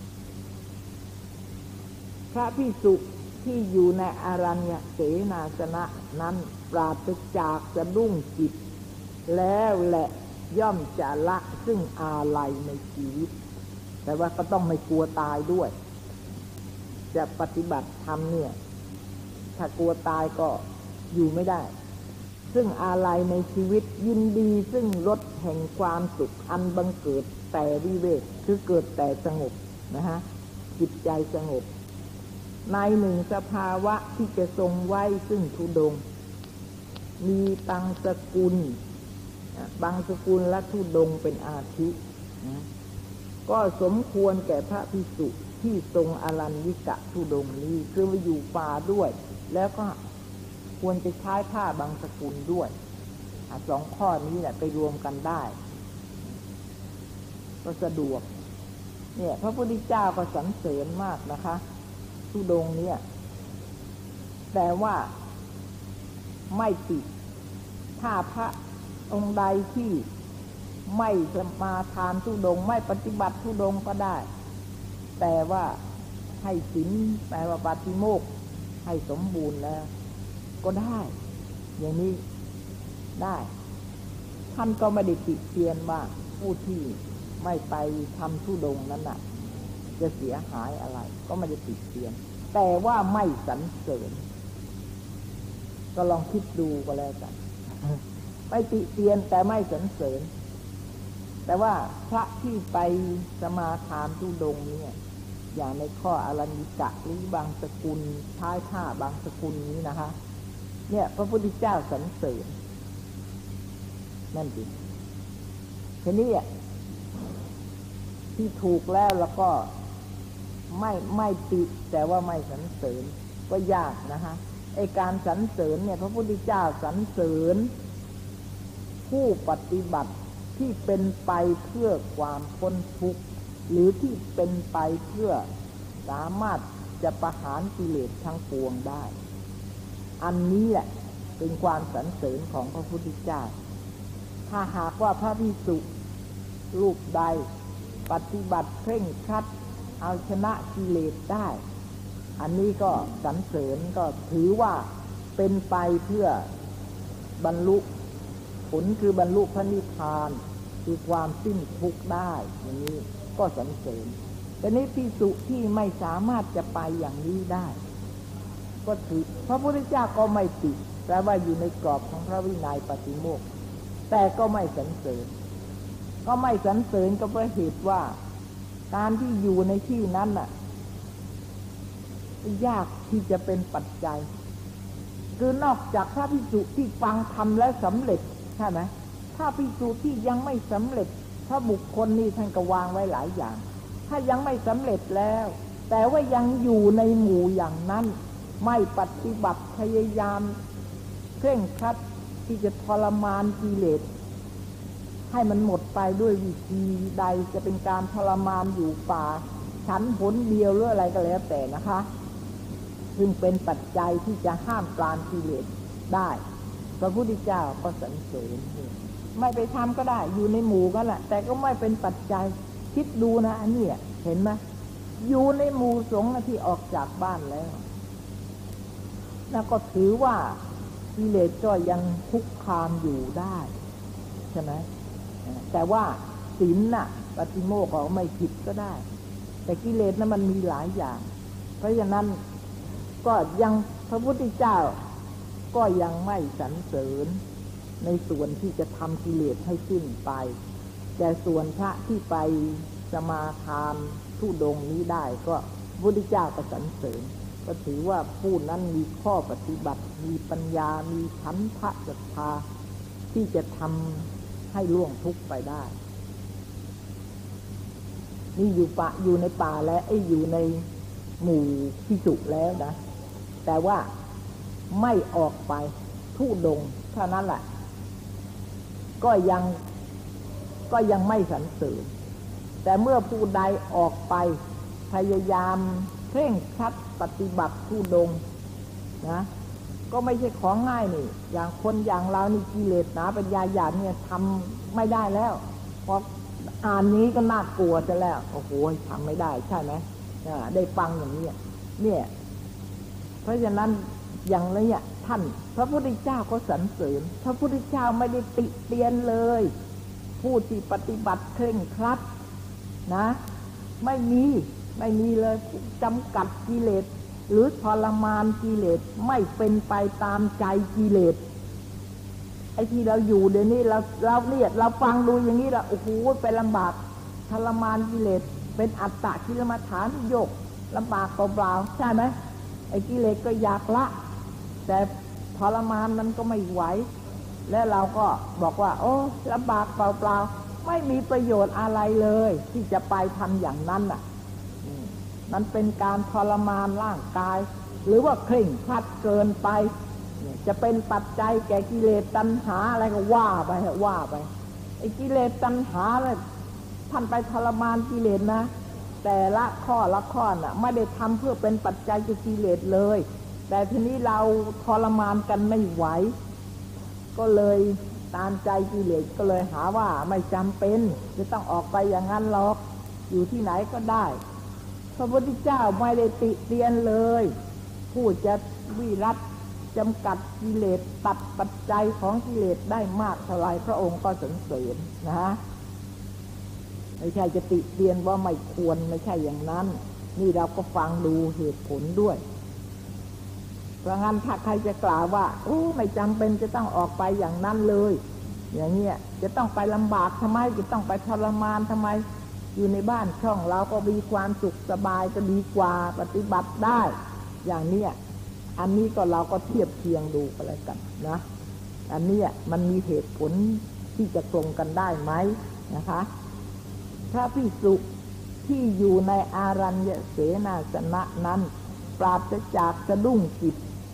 พระภิกษุที่อยู่ในอารัญญเสนาสนะนั้นปราศจากสะดุ้งจิตแล้วแหละย่อมจะละซึ่งอาลัยในชีวิตแต่ว่าก็ต้องไม่กลัวตายด้วยจะปฏิบัติธรรมเนี่ยถ้ากลัวตายก็อยู่ไม่ได้ซึ่งอาลัยในชีวิตยินดีซึ่งรสแห่งความสุขอันบังเกิดแต่วิเวกคือเกิดแต่สงบนะฮะจิตใจสงบในหนึ่งสภาวะที่จะทรงไว้ซึ่งธุดงค์มีตังสกุลบางสกุลและธุดงค์เป็นอาทินะก็สมควรแก่พระภิกษุที่ทรงอารัญญิกะธุดงค์นี้คือมาอยู่ป่าด้วยแล้วก็ควรจะใช้ผ้าบางสกุลด้วย2 ข้อนี้แหละไปรวมกันได้ก็สะดวกเนี่ยพระพุทธเจ้าก็สรรเสริญมากนะคะธุดงค์เนี่ยแต่ว่าไม่ติดถ้าพระองค์ใดที่ไม่สมาทานธุดงค์ไม่ปฏิบัติธุดงค์ก็ได้แต่ว่าให้ศีลแปลว่าปาติโมกข์ให้สมบูรณ์แล้วก็ได้อย่างนี้ได้ท่านก็ไม่ได้ติเตียนว่าผู้ที่ไม่ไปทำธุดงค์นั้นน่ะจะเสียหายอะไรก็ไม่ได้ติเตียนแต่ว่าไม่สรรเสริญก็ลองคิดดูก็แล้วกันไม่ติเตียนแต่ไม่สรรเสริญแต่ว่าพระที่ไปสมาทานธุดงค์เนี่ยอย่างในข้ออารัญญิกะหรือบางสกุลท้ายผ้าบางสกุลนี้นะคะเนี่ยพระพุทธเจ้าสรรเสริญนั่นจริงทีนี้ที่ถูกแล้วก็ไม่ติแต่ว่าไม่สรรเสริญก็ยากนะคะไอ้การสรรเสริญเนี่ยพระพุทธเจ้าสรรเสริญผู้ปฏิบัติที่เป็นไปเพื่อความพ้นทุกข์หรือที่เป็นไปเพื่อสามารถจะประหารกิเลสทั้งปวงได้อันนี้แหละเป็นความสรรเสริญของพระพุทธเจ้าถ้าหากว่าพระภิกษุรูปใดปฏิบัติเคร่งครัดเอาชนะกิเลสได้อันนี้ก็สรรเสริญก็ถือว่าเป็นไปเพื่อบรรลุผลคือบรรลุพระนิพพานคือความสิ้นทุกข์ได้อย่างนี้ก็สรรเสริญแต่นี้ภิกษุที่ไม่สามารถจะไปอย่างนี้ได้ก็ถือพระพุทธเจ้าก็ไม่ติแต่ว่าอยู่ในกรอบของพระวินัยปาฏิโมกข์แต่ก็ไม่สรรเสริญก็ไม่สรรเสริญก็เพราะเหตุว่าการที่อยู่ในที่นั้นน่ะยากที่จะเป็นปัจจัยคือนอกจากพระภิกษุที่ฟังธรรมแล้วสำเร็จใช่ไหมถ้าภิกษุที่ยังไม่สำเร็จพระบุคคลนี่ท่านก็วางไว้หลายอย่างถ้ายังไม่สำเร็จแล้วแต่ว่ายังอยู่ในหมู่อย่างนั้นไม่ปฏิบัติพยายามเคร่งครัดที่จะทรมานกิเลสให้มันหมดไปด้วยวิธีใดจะเป็นการทรมานอยู่ป่าฉันหนเดียวหรืออะไรก็แล้วแต่นะคะซึ่งเป็นปัจจัยที่จะห้ามปรามกิเลสได้พระพุทธเจ้าก็สรรเสริญไม่ไปทำก็ได้อยู่ในหมู่ก็แหละแต่ก็ไม่เป็นปัจจัยคิดดูนะอันนี้เห็นไหมอยู่ในหมู่สงฆ์ที่ออกจากบ้านแล้วแล้วก็ถือว่ากิเลสก็ยังคุกคามอยู่ได้ใช่ไหมแต่ว่าศีลน่ะปาฏิโมกข์เขาไม่ผิดก็ได้แต่กิเลสนั้นมันมีหลายอย่างเพราะฉะนั้นก็ยังพระพุทธเจ้าก็ยังไม่สรรเสริญในส่วนที่จะทำกิเลสให้สิ้นไปแต่ส่วนพระที่ไปสมาทานธุดงค์นี้ได้ก็พระพุทธเจ้าก็สรรเสริญก็ถือว่าผู้นั้นมีข้อปฏิบัติมีปัญญามีฉันทะศรัทธาที่จะทำให้ล่วงทุกข์ไปได้นี่อยู่ในป่าและอยู่ในหมู่ภิกษุแล้วนะแต่ว่าไม่ออกไปธุดงค์เท่านั้นแหละก็ยังไม่สรรเสริญแต่เมื่อผู้ใดออกไปพยายามเคร่งครัดปฏิบัติธุดงค์นะก็ไม่ใช่ของง่ายนี่อย่างคนอย่างเรานี่กิเลสหนาปัญญาหยาบเนี่ยทำไม่ได้แล้วพออ่านนี้ก็น่ากลัวจะแล้วโอ้โหทำไม่ได้ใช่ไหมได้ฟังอย่างนี้เนี่ยเพราะฉะนั้นอย่างนี้ท่านพระพุทธเจ้าก็สรรเสริญพระพุทธเจ้าไม่ได้ติเตียนเลยผู้ที่ปฏิบัติเคร่งครัดนะไม่มีเลยจำกัดกิเลสหรือทรมานกิเลสไม่เป็นไปตามใจกิเลสไอ้ที่เราอยู่เดี๋ยวนี้เราเนี่ยเราฟังดูอย่างนี้ละโอ้โหไปลำบากทรมานกิเลสเป็นอัตตะกิลมัฏฐานโยกลำบากเปล่าๆใช่ไหมไอ้กิเลสก็อยากละแต่ทรมานมันก็ไม่ไหวและเราก็บอกว่าโอ้ลำบากเปล่าๆไม่มีประโยชน์อะไรเลยที่จะไปทำอย่างนั้นน่ะมันเป็นการทรมานร่างกายหรือว่าเคร่งครัดเกินไปจะเป็นปัจจัยแก่กิเลสตัณหาอะไรก็ว่าไปไอ้กิเลสตัณหาเนี่ยท่านไปทรมานกิเลสนะแต่ละข้อน่ะไม่ได้ทำเพื่อเป็นปัจจัยแก่กิเลสเลยแต่ทีนี้เราทรมานกันไม่ไหวก็เลยตามใจกิเลสก็เลยหาว่าไม่จำเป็นจะต้องออกไปอย่างนั้นหรอกอยู่ที่ไหนก็ได้พระพุทธเจ้าไม่ได้ติเตียนเลยผู้จะวิรัติจำกัดกิเลสตัดปัจจัยของกิเลสได้มากเท่าไรพระองค์ก็สรรเสริญนะไม่ใช่จะติเตียนว่าไม่ควรไม่ใช่อย่างนั้นนี่เราก็ฟังดูเหตุผลด้วยเพราะงั้นถ้าใครจะกล่าวว่าโอ้ไม่จำเป็นจะต้องออกไปอย่างนั้นเลยอย่างเงี้ยจะต้องไปลำบากทำไมจะต้องไปทรมานทำไมอยู่ในบ้านช่องเราก็มีความสุขสบายจะดีกว่าปฏิบัติได้อย่างเนี้ยอันนี้ก็เราก็เทียบเคียงดูกันแล้วกันนะอันนี้มันมีเหตุผลที่จะตรงกันได้ไหมนะคะพระภิกษุที่อยู่ในอารัญญเสนาสนะนั้นปราศจากสะดุ้งจิต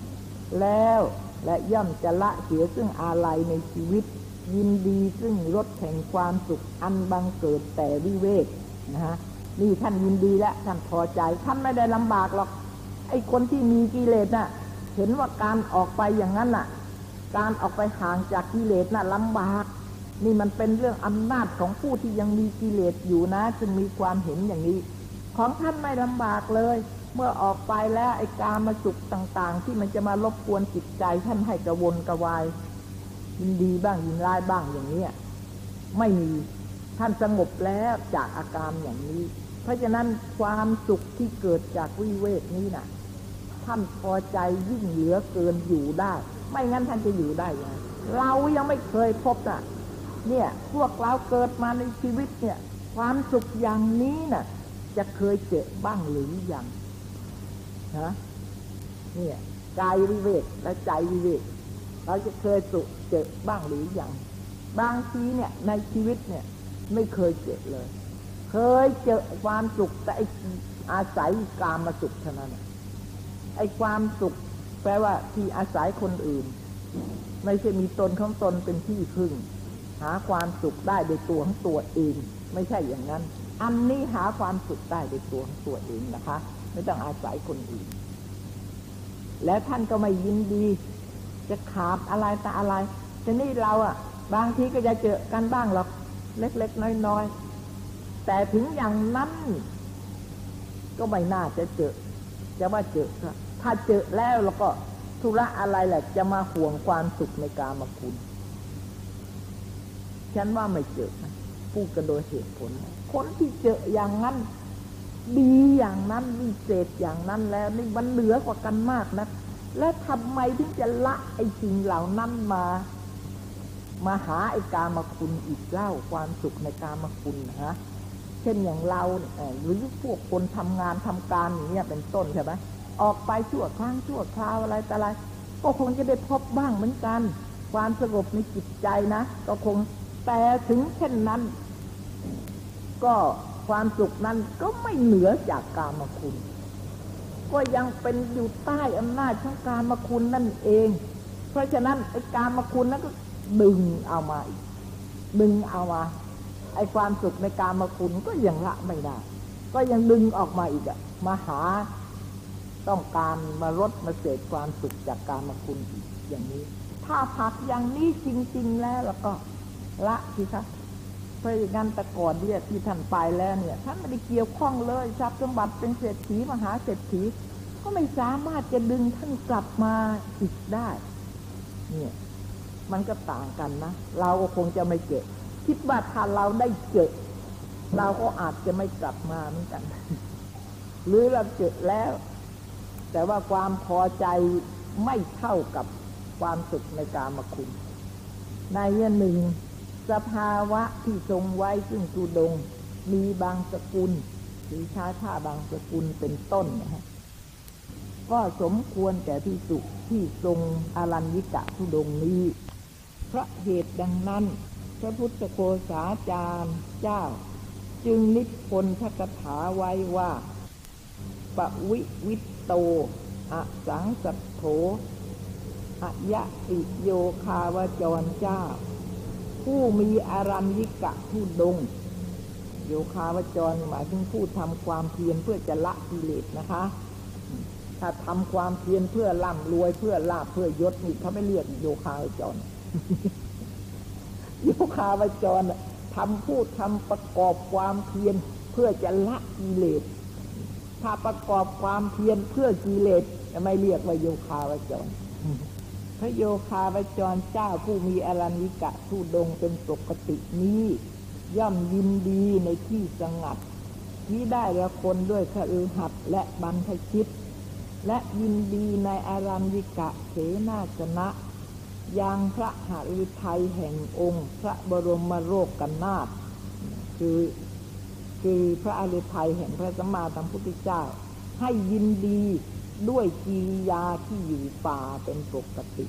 แล้วและย่อมจะละเสียซึ่งอาลัยในชีวิตยินดีซึ่งรสแห่งความสุขอันบังเกิดแต่วิเวกนะฮะนี่ท่านยินดีและท่านพอใจท่านไม่ได้ลำบากหรอกไอ้คนที่มีกิเลสน่ะเห็นว่าการออกไปอย่างนั้นน่ะการออกไปห่างจากกิเลสน่ะลำบากนี่มันเป็นเรื่องอำนาจของผู้ที่ยังมีกิเลสอยู่นะจึงมีความเห็นอย่างนี้ของท่านไม่ลำบากเลยเมื่อออกไปแล้วไอ้กามสุขต่างๆที่มันจะมารบกวนจิตใจท่านให้กระวนกระวายยินดีบ้างยินร้ายบ้างอย่างนี้ไม่มีท่านสงบแล้วจากอาการอย่างนี้เพราะฉะนั้นความสุขที่เกิดจากวิเวกนี้น่ะท่านพอใจยิ่งเหลือเกินอยู่ได้ไม่งั้นท่านจะอยู่ได้ยังไงเรายังไม่เคยพบน่ะเนี่ยพวกเราเกิดมาในชีวิตเนี่ยความสุขอย่างนี้น่ะจะเคยเจอบ้างหรือยังนะเนี่ยกายวิเวกและใจวิเวกเราจะเคยสุขเจอบ้างหรือยังบางทีเนี่ยในชีวิตเนี่ยไม่เคยเจอเลยเคยเจอความสุขแต่อาศัยกามสุขเท่านั้นไอ้ความสุขแปลว่าที่อาศัยคนอื่นไม่ใช่มีตนของตนเป็นที่พึ่งหาความสุขได้โดยตัวของตัวเองไม่ใช่อย่างนั้นอันนี้หาความสุขได้โดยตัวของตัวเองนะคะไม่ต้องอาศัยคนอื่นและท่านก็ไม่ยินดีจะขาดอะไรแต่อะไรแต่นี่เราบางทีก็จะเจอกันบ้างหรอกเล็กๆน้อยๆแต่ถึงอย่างนั้นก็ไม่น่าจะเจอจะว่าเจอถ้าเจอแล้วก็ธุระอะไรแหละจะมาห่วงความสุขในกามคุณฉันว่าไม่เจอพูดกันโดยเหตุผลคนที่เจออย่างนั้นดีอย่างนั้นวิเศษอย่างนั้นแล้วนี่มันเหนือกว่ากันมากนะและทำไมถึงจะละไอ้สิ่งเหล่านั้นมาหาไอ้กามคุณอีกเล่าความสุขในกามคุณนะฮะเช่นอย่างเราหรือพวกคนทำงานทำการอย่างเงี้ยเป็นต้นใช่ไหมออกไปชั่วครั้งชั่วคราวอะไรแต่อะไรก็คงจะได้พบบ้างเหมือนกันความสงบในจิตใจนะก็คงแต่ถึงเช่นนั้นก็ความสุขนั้นก็ไม่เหนือจากกามคุณก็ยังเป็นอยู่ใต้อำนาจของกามคุณนั่นเองเพราะฉะนั้นไอ้กามคุณนั้นก็ดึงเอามาอีกดึงเอามาไอ้ความสุขในกามคุณก็ยังละไม่ได้ก็ยังดึงออกมาอีกมาหาต้องการมาลดมาเสพความสุขจากกามคุณอีกอย่างนี้ถ้าผักอย่างนี้จริงๆแล้วก็ละสิคะเพราะอย่างนั้นแต่ก่อนเนี่ยที่ท่านไปแล้วเนี่ยท่านไม่ได้เกี่ยวข้องเลยทรัพย์สมบัติเป็นเศรษฐีมหาเศรษฐีก็ไม่สามารถจะดึงท่านกลับมาอีกได้เนี่ยมันก็ต่างกันนะเราก็คงจะไม่เจอคิดว่าถ้าเราได้เจอเราก็อาจจะไม่กลับมาเหมือนกันหรือเราเจอแล้วแต่ว่าความพอใจไม่เท่ากับความสุขในกามคุณในหนึ่งสภาวะที่ทรงไว้ซึ่งตุดงมีบางสกุลหรือท่าบางสกุลเป็นต้นนะฮะก็สมควรแก่ภิกษุที่ทรงอรัญญิกะตุดงนี้เพราะเหตุดังนั้นพระพุทธโฆษาจารย์เจ้าจึงนิพนธกถาไว้ว่าปวิวิตโตอสังสัทโธอยะติโยคาวจรเจ้าผู้มีอรัญญิกะตุดงโยคาวจรหมายถึงผู้ทำความเพียรเพื่อจะละกิเลสนะคะถ้าทำความเพียรเพื่อร่ำรวยเพื่อลาภเพื่อยศนี่เขาไม่เรียกโยคาวจร โยคาวจรทำประกอบความเพียรเพื่อจะละกิเลสถ้าประกอบความเพียรเพื่อกิเลสจะไม่เรียกว่าโยคาวจรพระโยคาวจรเจ้าผู้มีอรัญญิกะตุดงเป็นปกตินี้ย่อมยินดีในที่สงัดที่ได้ละคนด้วยคฤหัสถ์และบรรพชิตและยินดีในอรัญญิกะเสนาสนะยังพระหฤทัยแห่งองค์พระบรมโลกนาถคือพระหฤทัยแห่งพระสัมมาสัมพุทธเจ้าให้ยินดีด้วยกิริยาที่อยู่ป่าเป็นปกติ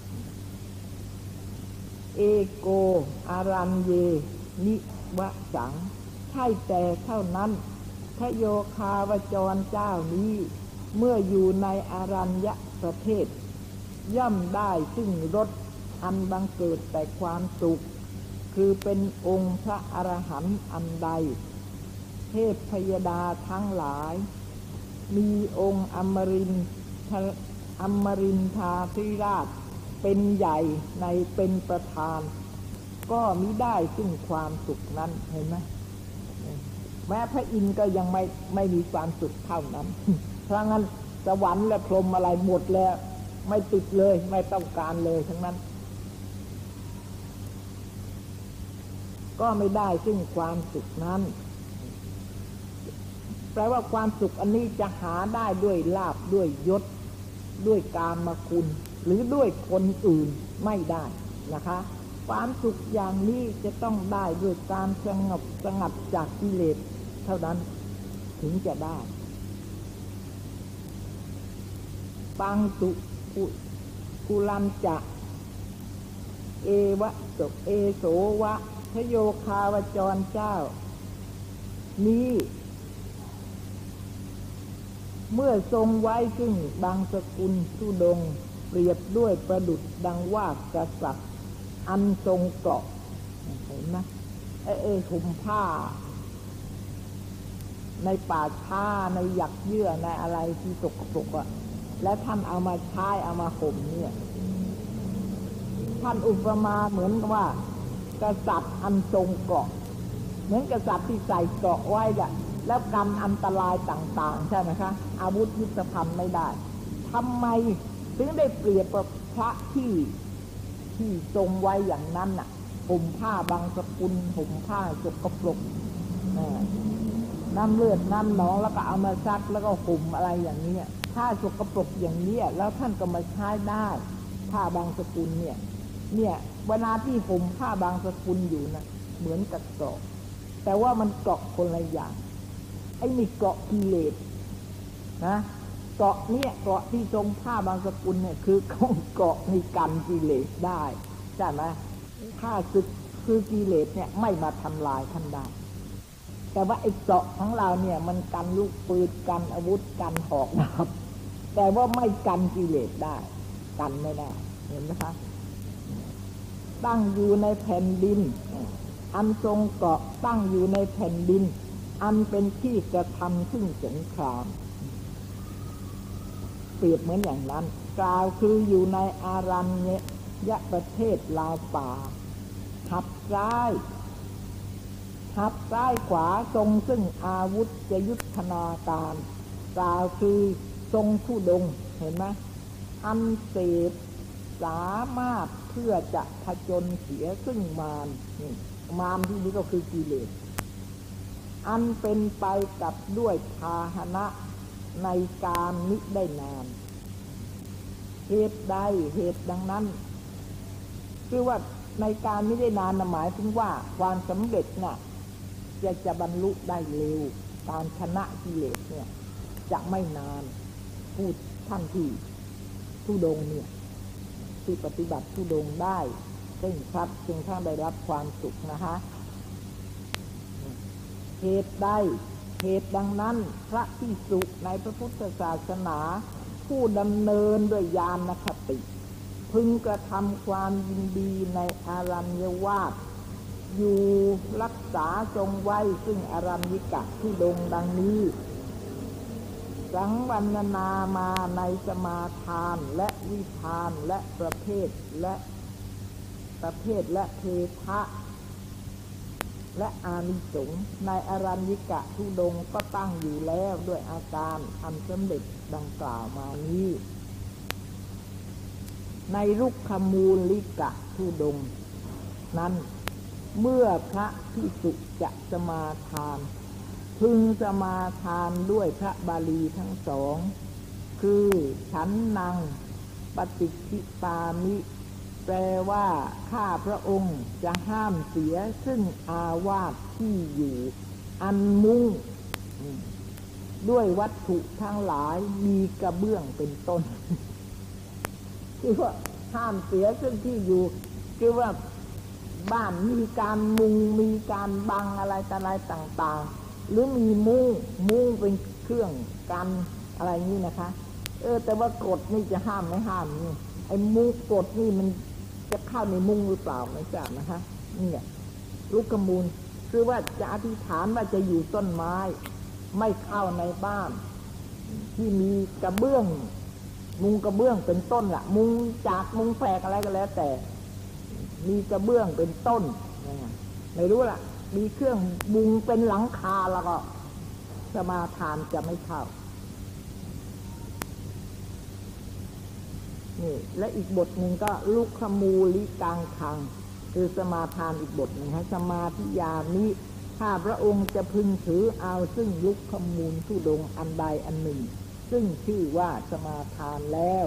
เอโกอารัญเยนิวสังใช่แต่เท่านั้นพระโยคาวจรเจ้านี้เมื่ออยู่ในอารัญญประเทศย่อมได้ซึ่งรสอันบังเกิดแต่ความสุขคือเป็นองค์พระอรหันต์อันใดเทพพยดาทั้งหลายมีองค์อมรินทราธิราชเป็นใหญ่ในเป็นประธานก็มิได้ซึ่งความสุขนั้นเห็นไหมแม้พระอินทร์ก็ยังไม่มีความสุขเท่านั้นเพราะงั้นสวรรค์และพรหมอะไรหมดแล้วไม่ติดเลยไม่ต้องการเลยทั้งนั้นก็ไม่ได้ซึ่งความสุขนั้นแปลว่าความสุขอันนี้จะหาได้ด้วยลาภด้วยยศด้วยกามคุณหรือด้วยคนอื่นไม่ได้นะคะความสุขอย่างนี้จะต้องได้ด้วยการสงัดจากกิเลสเท่านั้นถึงจะได้ปังตุกุลันจะเอวะจบเอโสวะพโยคาวจรเจ้านี้เมื่อทรงไว้ซึ่งบางสกุลธุดงค์เปรียบด้วยประดุจดังว่ากษัตริย์อันทรงเกราะเห็นไหมห่มผ้าในป่าช้าในหยักเยื่อในอะไรที่สกปรกอ่ะและท่านเอามาใช้เอามาห่มเนี่ยท่านอุปมาเหมือนกับว่ากษัตริย์อันทรงเกราะเหมือนกษัตริย์ที่ใส่เกราะไว้อ่ะแล้วกันอันตรายต่างๆใช่ไหมคะอาวุธยุทโธภัณฑ์ไม่ได้ทำไมถึงได้เปรียบกับพระที่ทรงไว้อย่างนั้นน่ะห่มผ้าบางสกุลห่มผ้าสกปรกน้ำเลือดน้ำหนองแล้วก็เอามาซักแล้วก็ห่มอะไรอย่างนี้ผ้าสกปรกอย่างนี้แล้วท่านก็มาใช้ได้ผ้าบางสกุลเนี่ยเวลาที่ห่มผ้าบางสกุลอยู่นะเหมือนกับเกราะแต่ว่ามันเกราะคนละอย่างไอ้นี่เกราะกิเลสนะเกราะเนี่ยเกราะที่ทรงผ้าบางสกุลเนี่ยคือเกราะในกันกิเลสได้ใช่ไหมผ้าศึกคือกิเลสเนี่ยไม่มาทำลายท่านได้แต่ว่าไอ้เกราะของเราเนี่ยมันกันลูกปืนกันอาวุธกันหอกดาบแต่ว่าไม่กันกิเลสได้กันไม่ได้เห็นไหมคะตั้งอยู่ในแผ่นดินอันทรงเกาะตั้งอยู่ในแผ่นดินอันเป็นที่กระทำซึ่งสงครามเปรียบเหมือนอย่างนั้นกล่าวคืออยู่ในอารัญญประเทศลาวป่าหับซ้ายขวาทรงซึ่งอาวุธจะยุทธนาการกล่าวคือทรงผู้ดงเห็นไหมอันเสพสามารถเพื่อจะผจญเสียซึ่งมารที่นี้ก็คือกิเลสอันเป็นไปกับด้วยพาหนะในการมิได้นานเหตุใดเหตุดังนั้นคือว่าในการมิได้นานหมายถึงว่าความสำเร็จน่ะจะบรรลุได้เร็วการชนะกิเลสเนี่ยจะไม่นานพูดท่านที่ธุดงค์เนี่ยที่ปฏิบัติธุดงค์ได้ซึ่งครับจึงท่านได้รับความสุขนะคะเหตุใดเหตุดังนั้นพระภิกษุในพระพุทธศาสนาผู้ดำเนินด้วยญาณคติพึงกระทำความยินดีในอารัญญวาสอยู่รักษาทรงไว้ซึ่งอารัญญิกะธุดงค์ดังนี้สังวรรณนามาในสมาทานและวิธานและประเภทและเทธะและอานิสงส์ในอารัญญิกะธุดงค์ก็ตั้งอยู่แล้วด้วยอาการอันสำเร็จดังกล่าวมานี้ในรุกขมูลิกะธุดงค์นั้นเมื่อพระภิกษุจะสมาทานพึงสมาทานด้วยพระบาลีทั้งสองคือฉันนังปฏิคิปามิแปลว่าข้าพระองค์จะห้ามเสียซึ่งอาวาสที่อยู่อันมุ่งด้วยวัตถุทั้งหลายมีกระเบื้องเป็นต้นคือว่าห้ามเสียซึ่งที่อยู่คือว่าบ้านมีการมุงมีการบังอะไรต่างๆหรือมีมุ้งเป็นเครื่องกันอะไรนี้นะคะแต่ว่ากฎนี่จะห้ามไม่ห้ามนี่ไอ้มุงกรดนี่มันจะเข้าในมุงหรือเปล่าไม่ทราบนะคะนี่ลูกขมูลคือว่าจะอธิษฐานว่าจะอยู่ต้นไม้ไม่เข้าในบ้านที่มีกระเบื้องมุงกระเบื้องเป็นต้นล่ะมุงจากมุงแฝกอะไรก็แล้วแต่มีกระเบื้องเป็นต้นไม่รู้ล่ะมีเครื่องมุงเป็นหลังคาแล้วก็สมาทานจะไม่เข้านี่และอีกบทหนึ่งก็ลุกขมูลิกังคังคือสมาทานอีกบทหนึ่งฮะสมาธิยามิถ้าพระองค์จะพึงถือเอาซึ่งลุกขมูลธุดงค์อันใดอันหนึ่งซึ่งชื่อว่าสมาทานแล้ว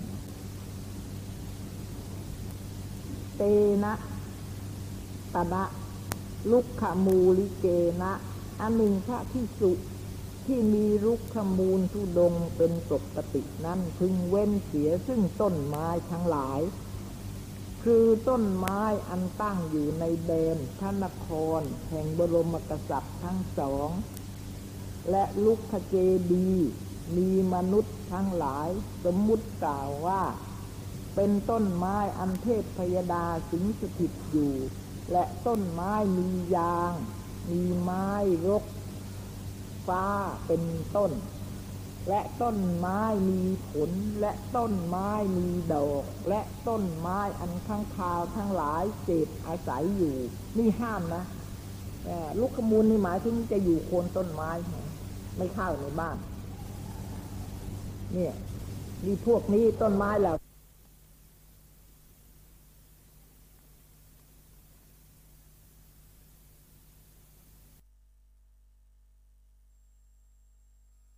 เตนะตนะลุกขมูลิเกนะอันหนึ่งพระภิกษุที่มีลุกขมูลธุดงค์เป็นปกตินั้นพึงเว้นเสียซึ่งต้นไม้ทั้งหลายคือต้นไม้อันตั้งอยู่ในแดนพระนครแห่งบรมกษัตริย์ทั้งสองและลุกขเจดีย์มีมนุษย์ทั้งหลายสมมุติกล่าวว่าเป็นต้นไม้อันเทพพยดาสิงสถิตอยู่และต้นไม้มียางมีไม้รกฟ้าเป็นต้นและต้นไม้มีผลและต้นไม้มีดอกและต้นไม้อันข้างคาวทั้งหลายเสพอาศัยอยู่นี่ห้ามนะลูกขมูลนี่หมายถึงจะอยู่โคนต้นไม้ไม่เข้าในบ้านเนี่ยนี่พวกนี้ต้นไม้เหล่า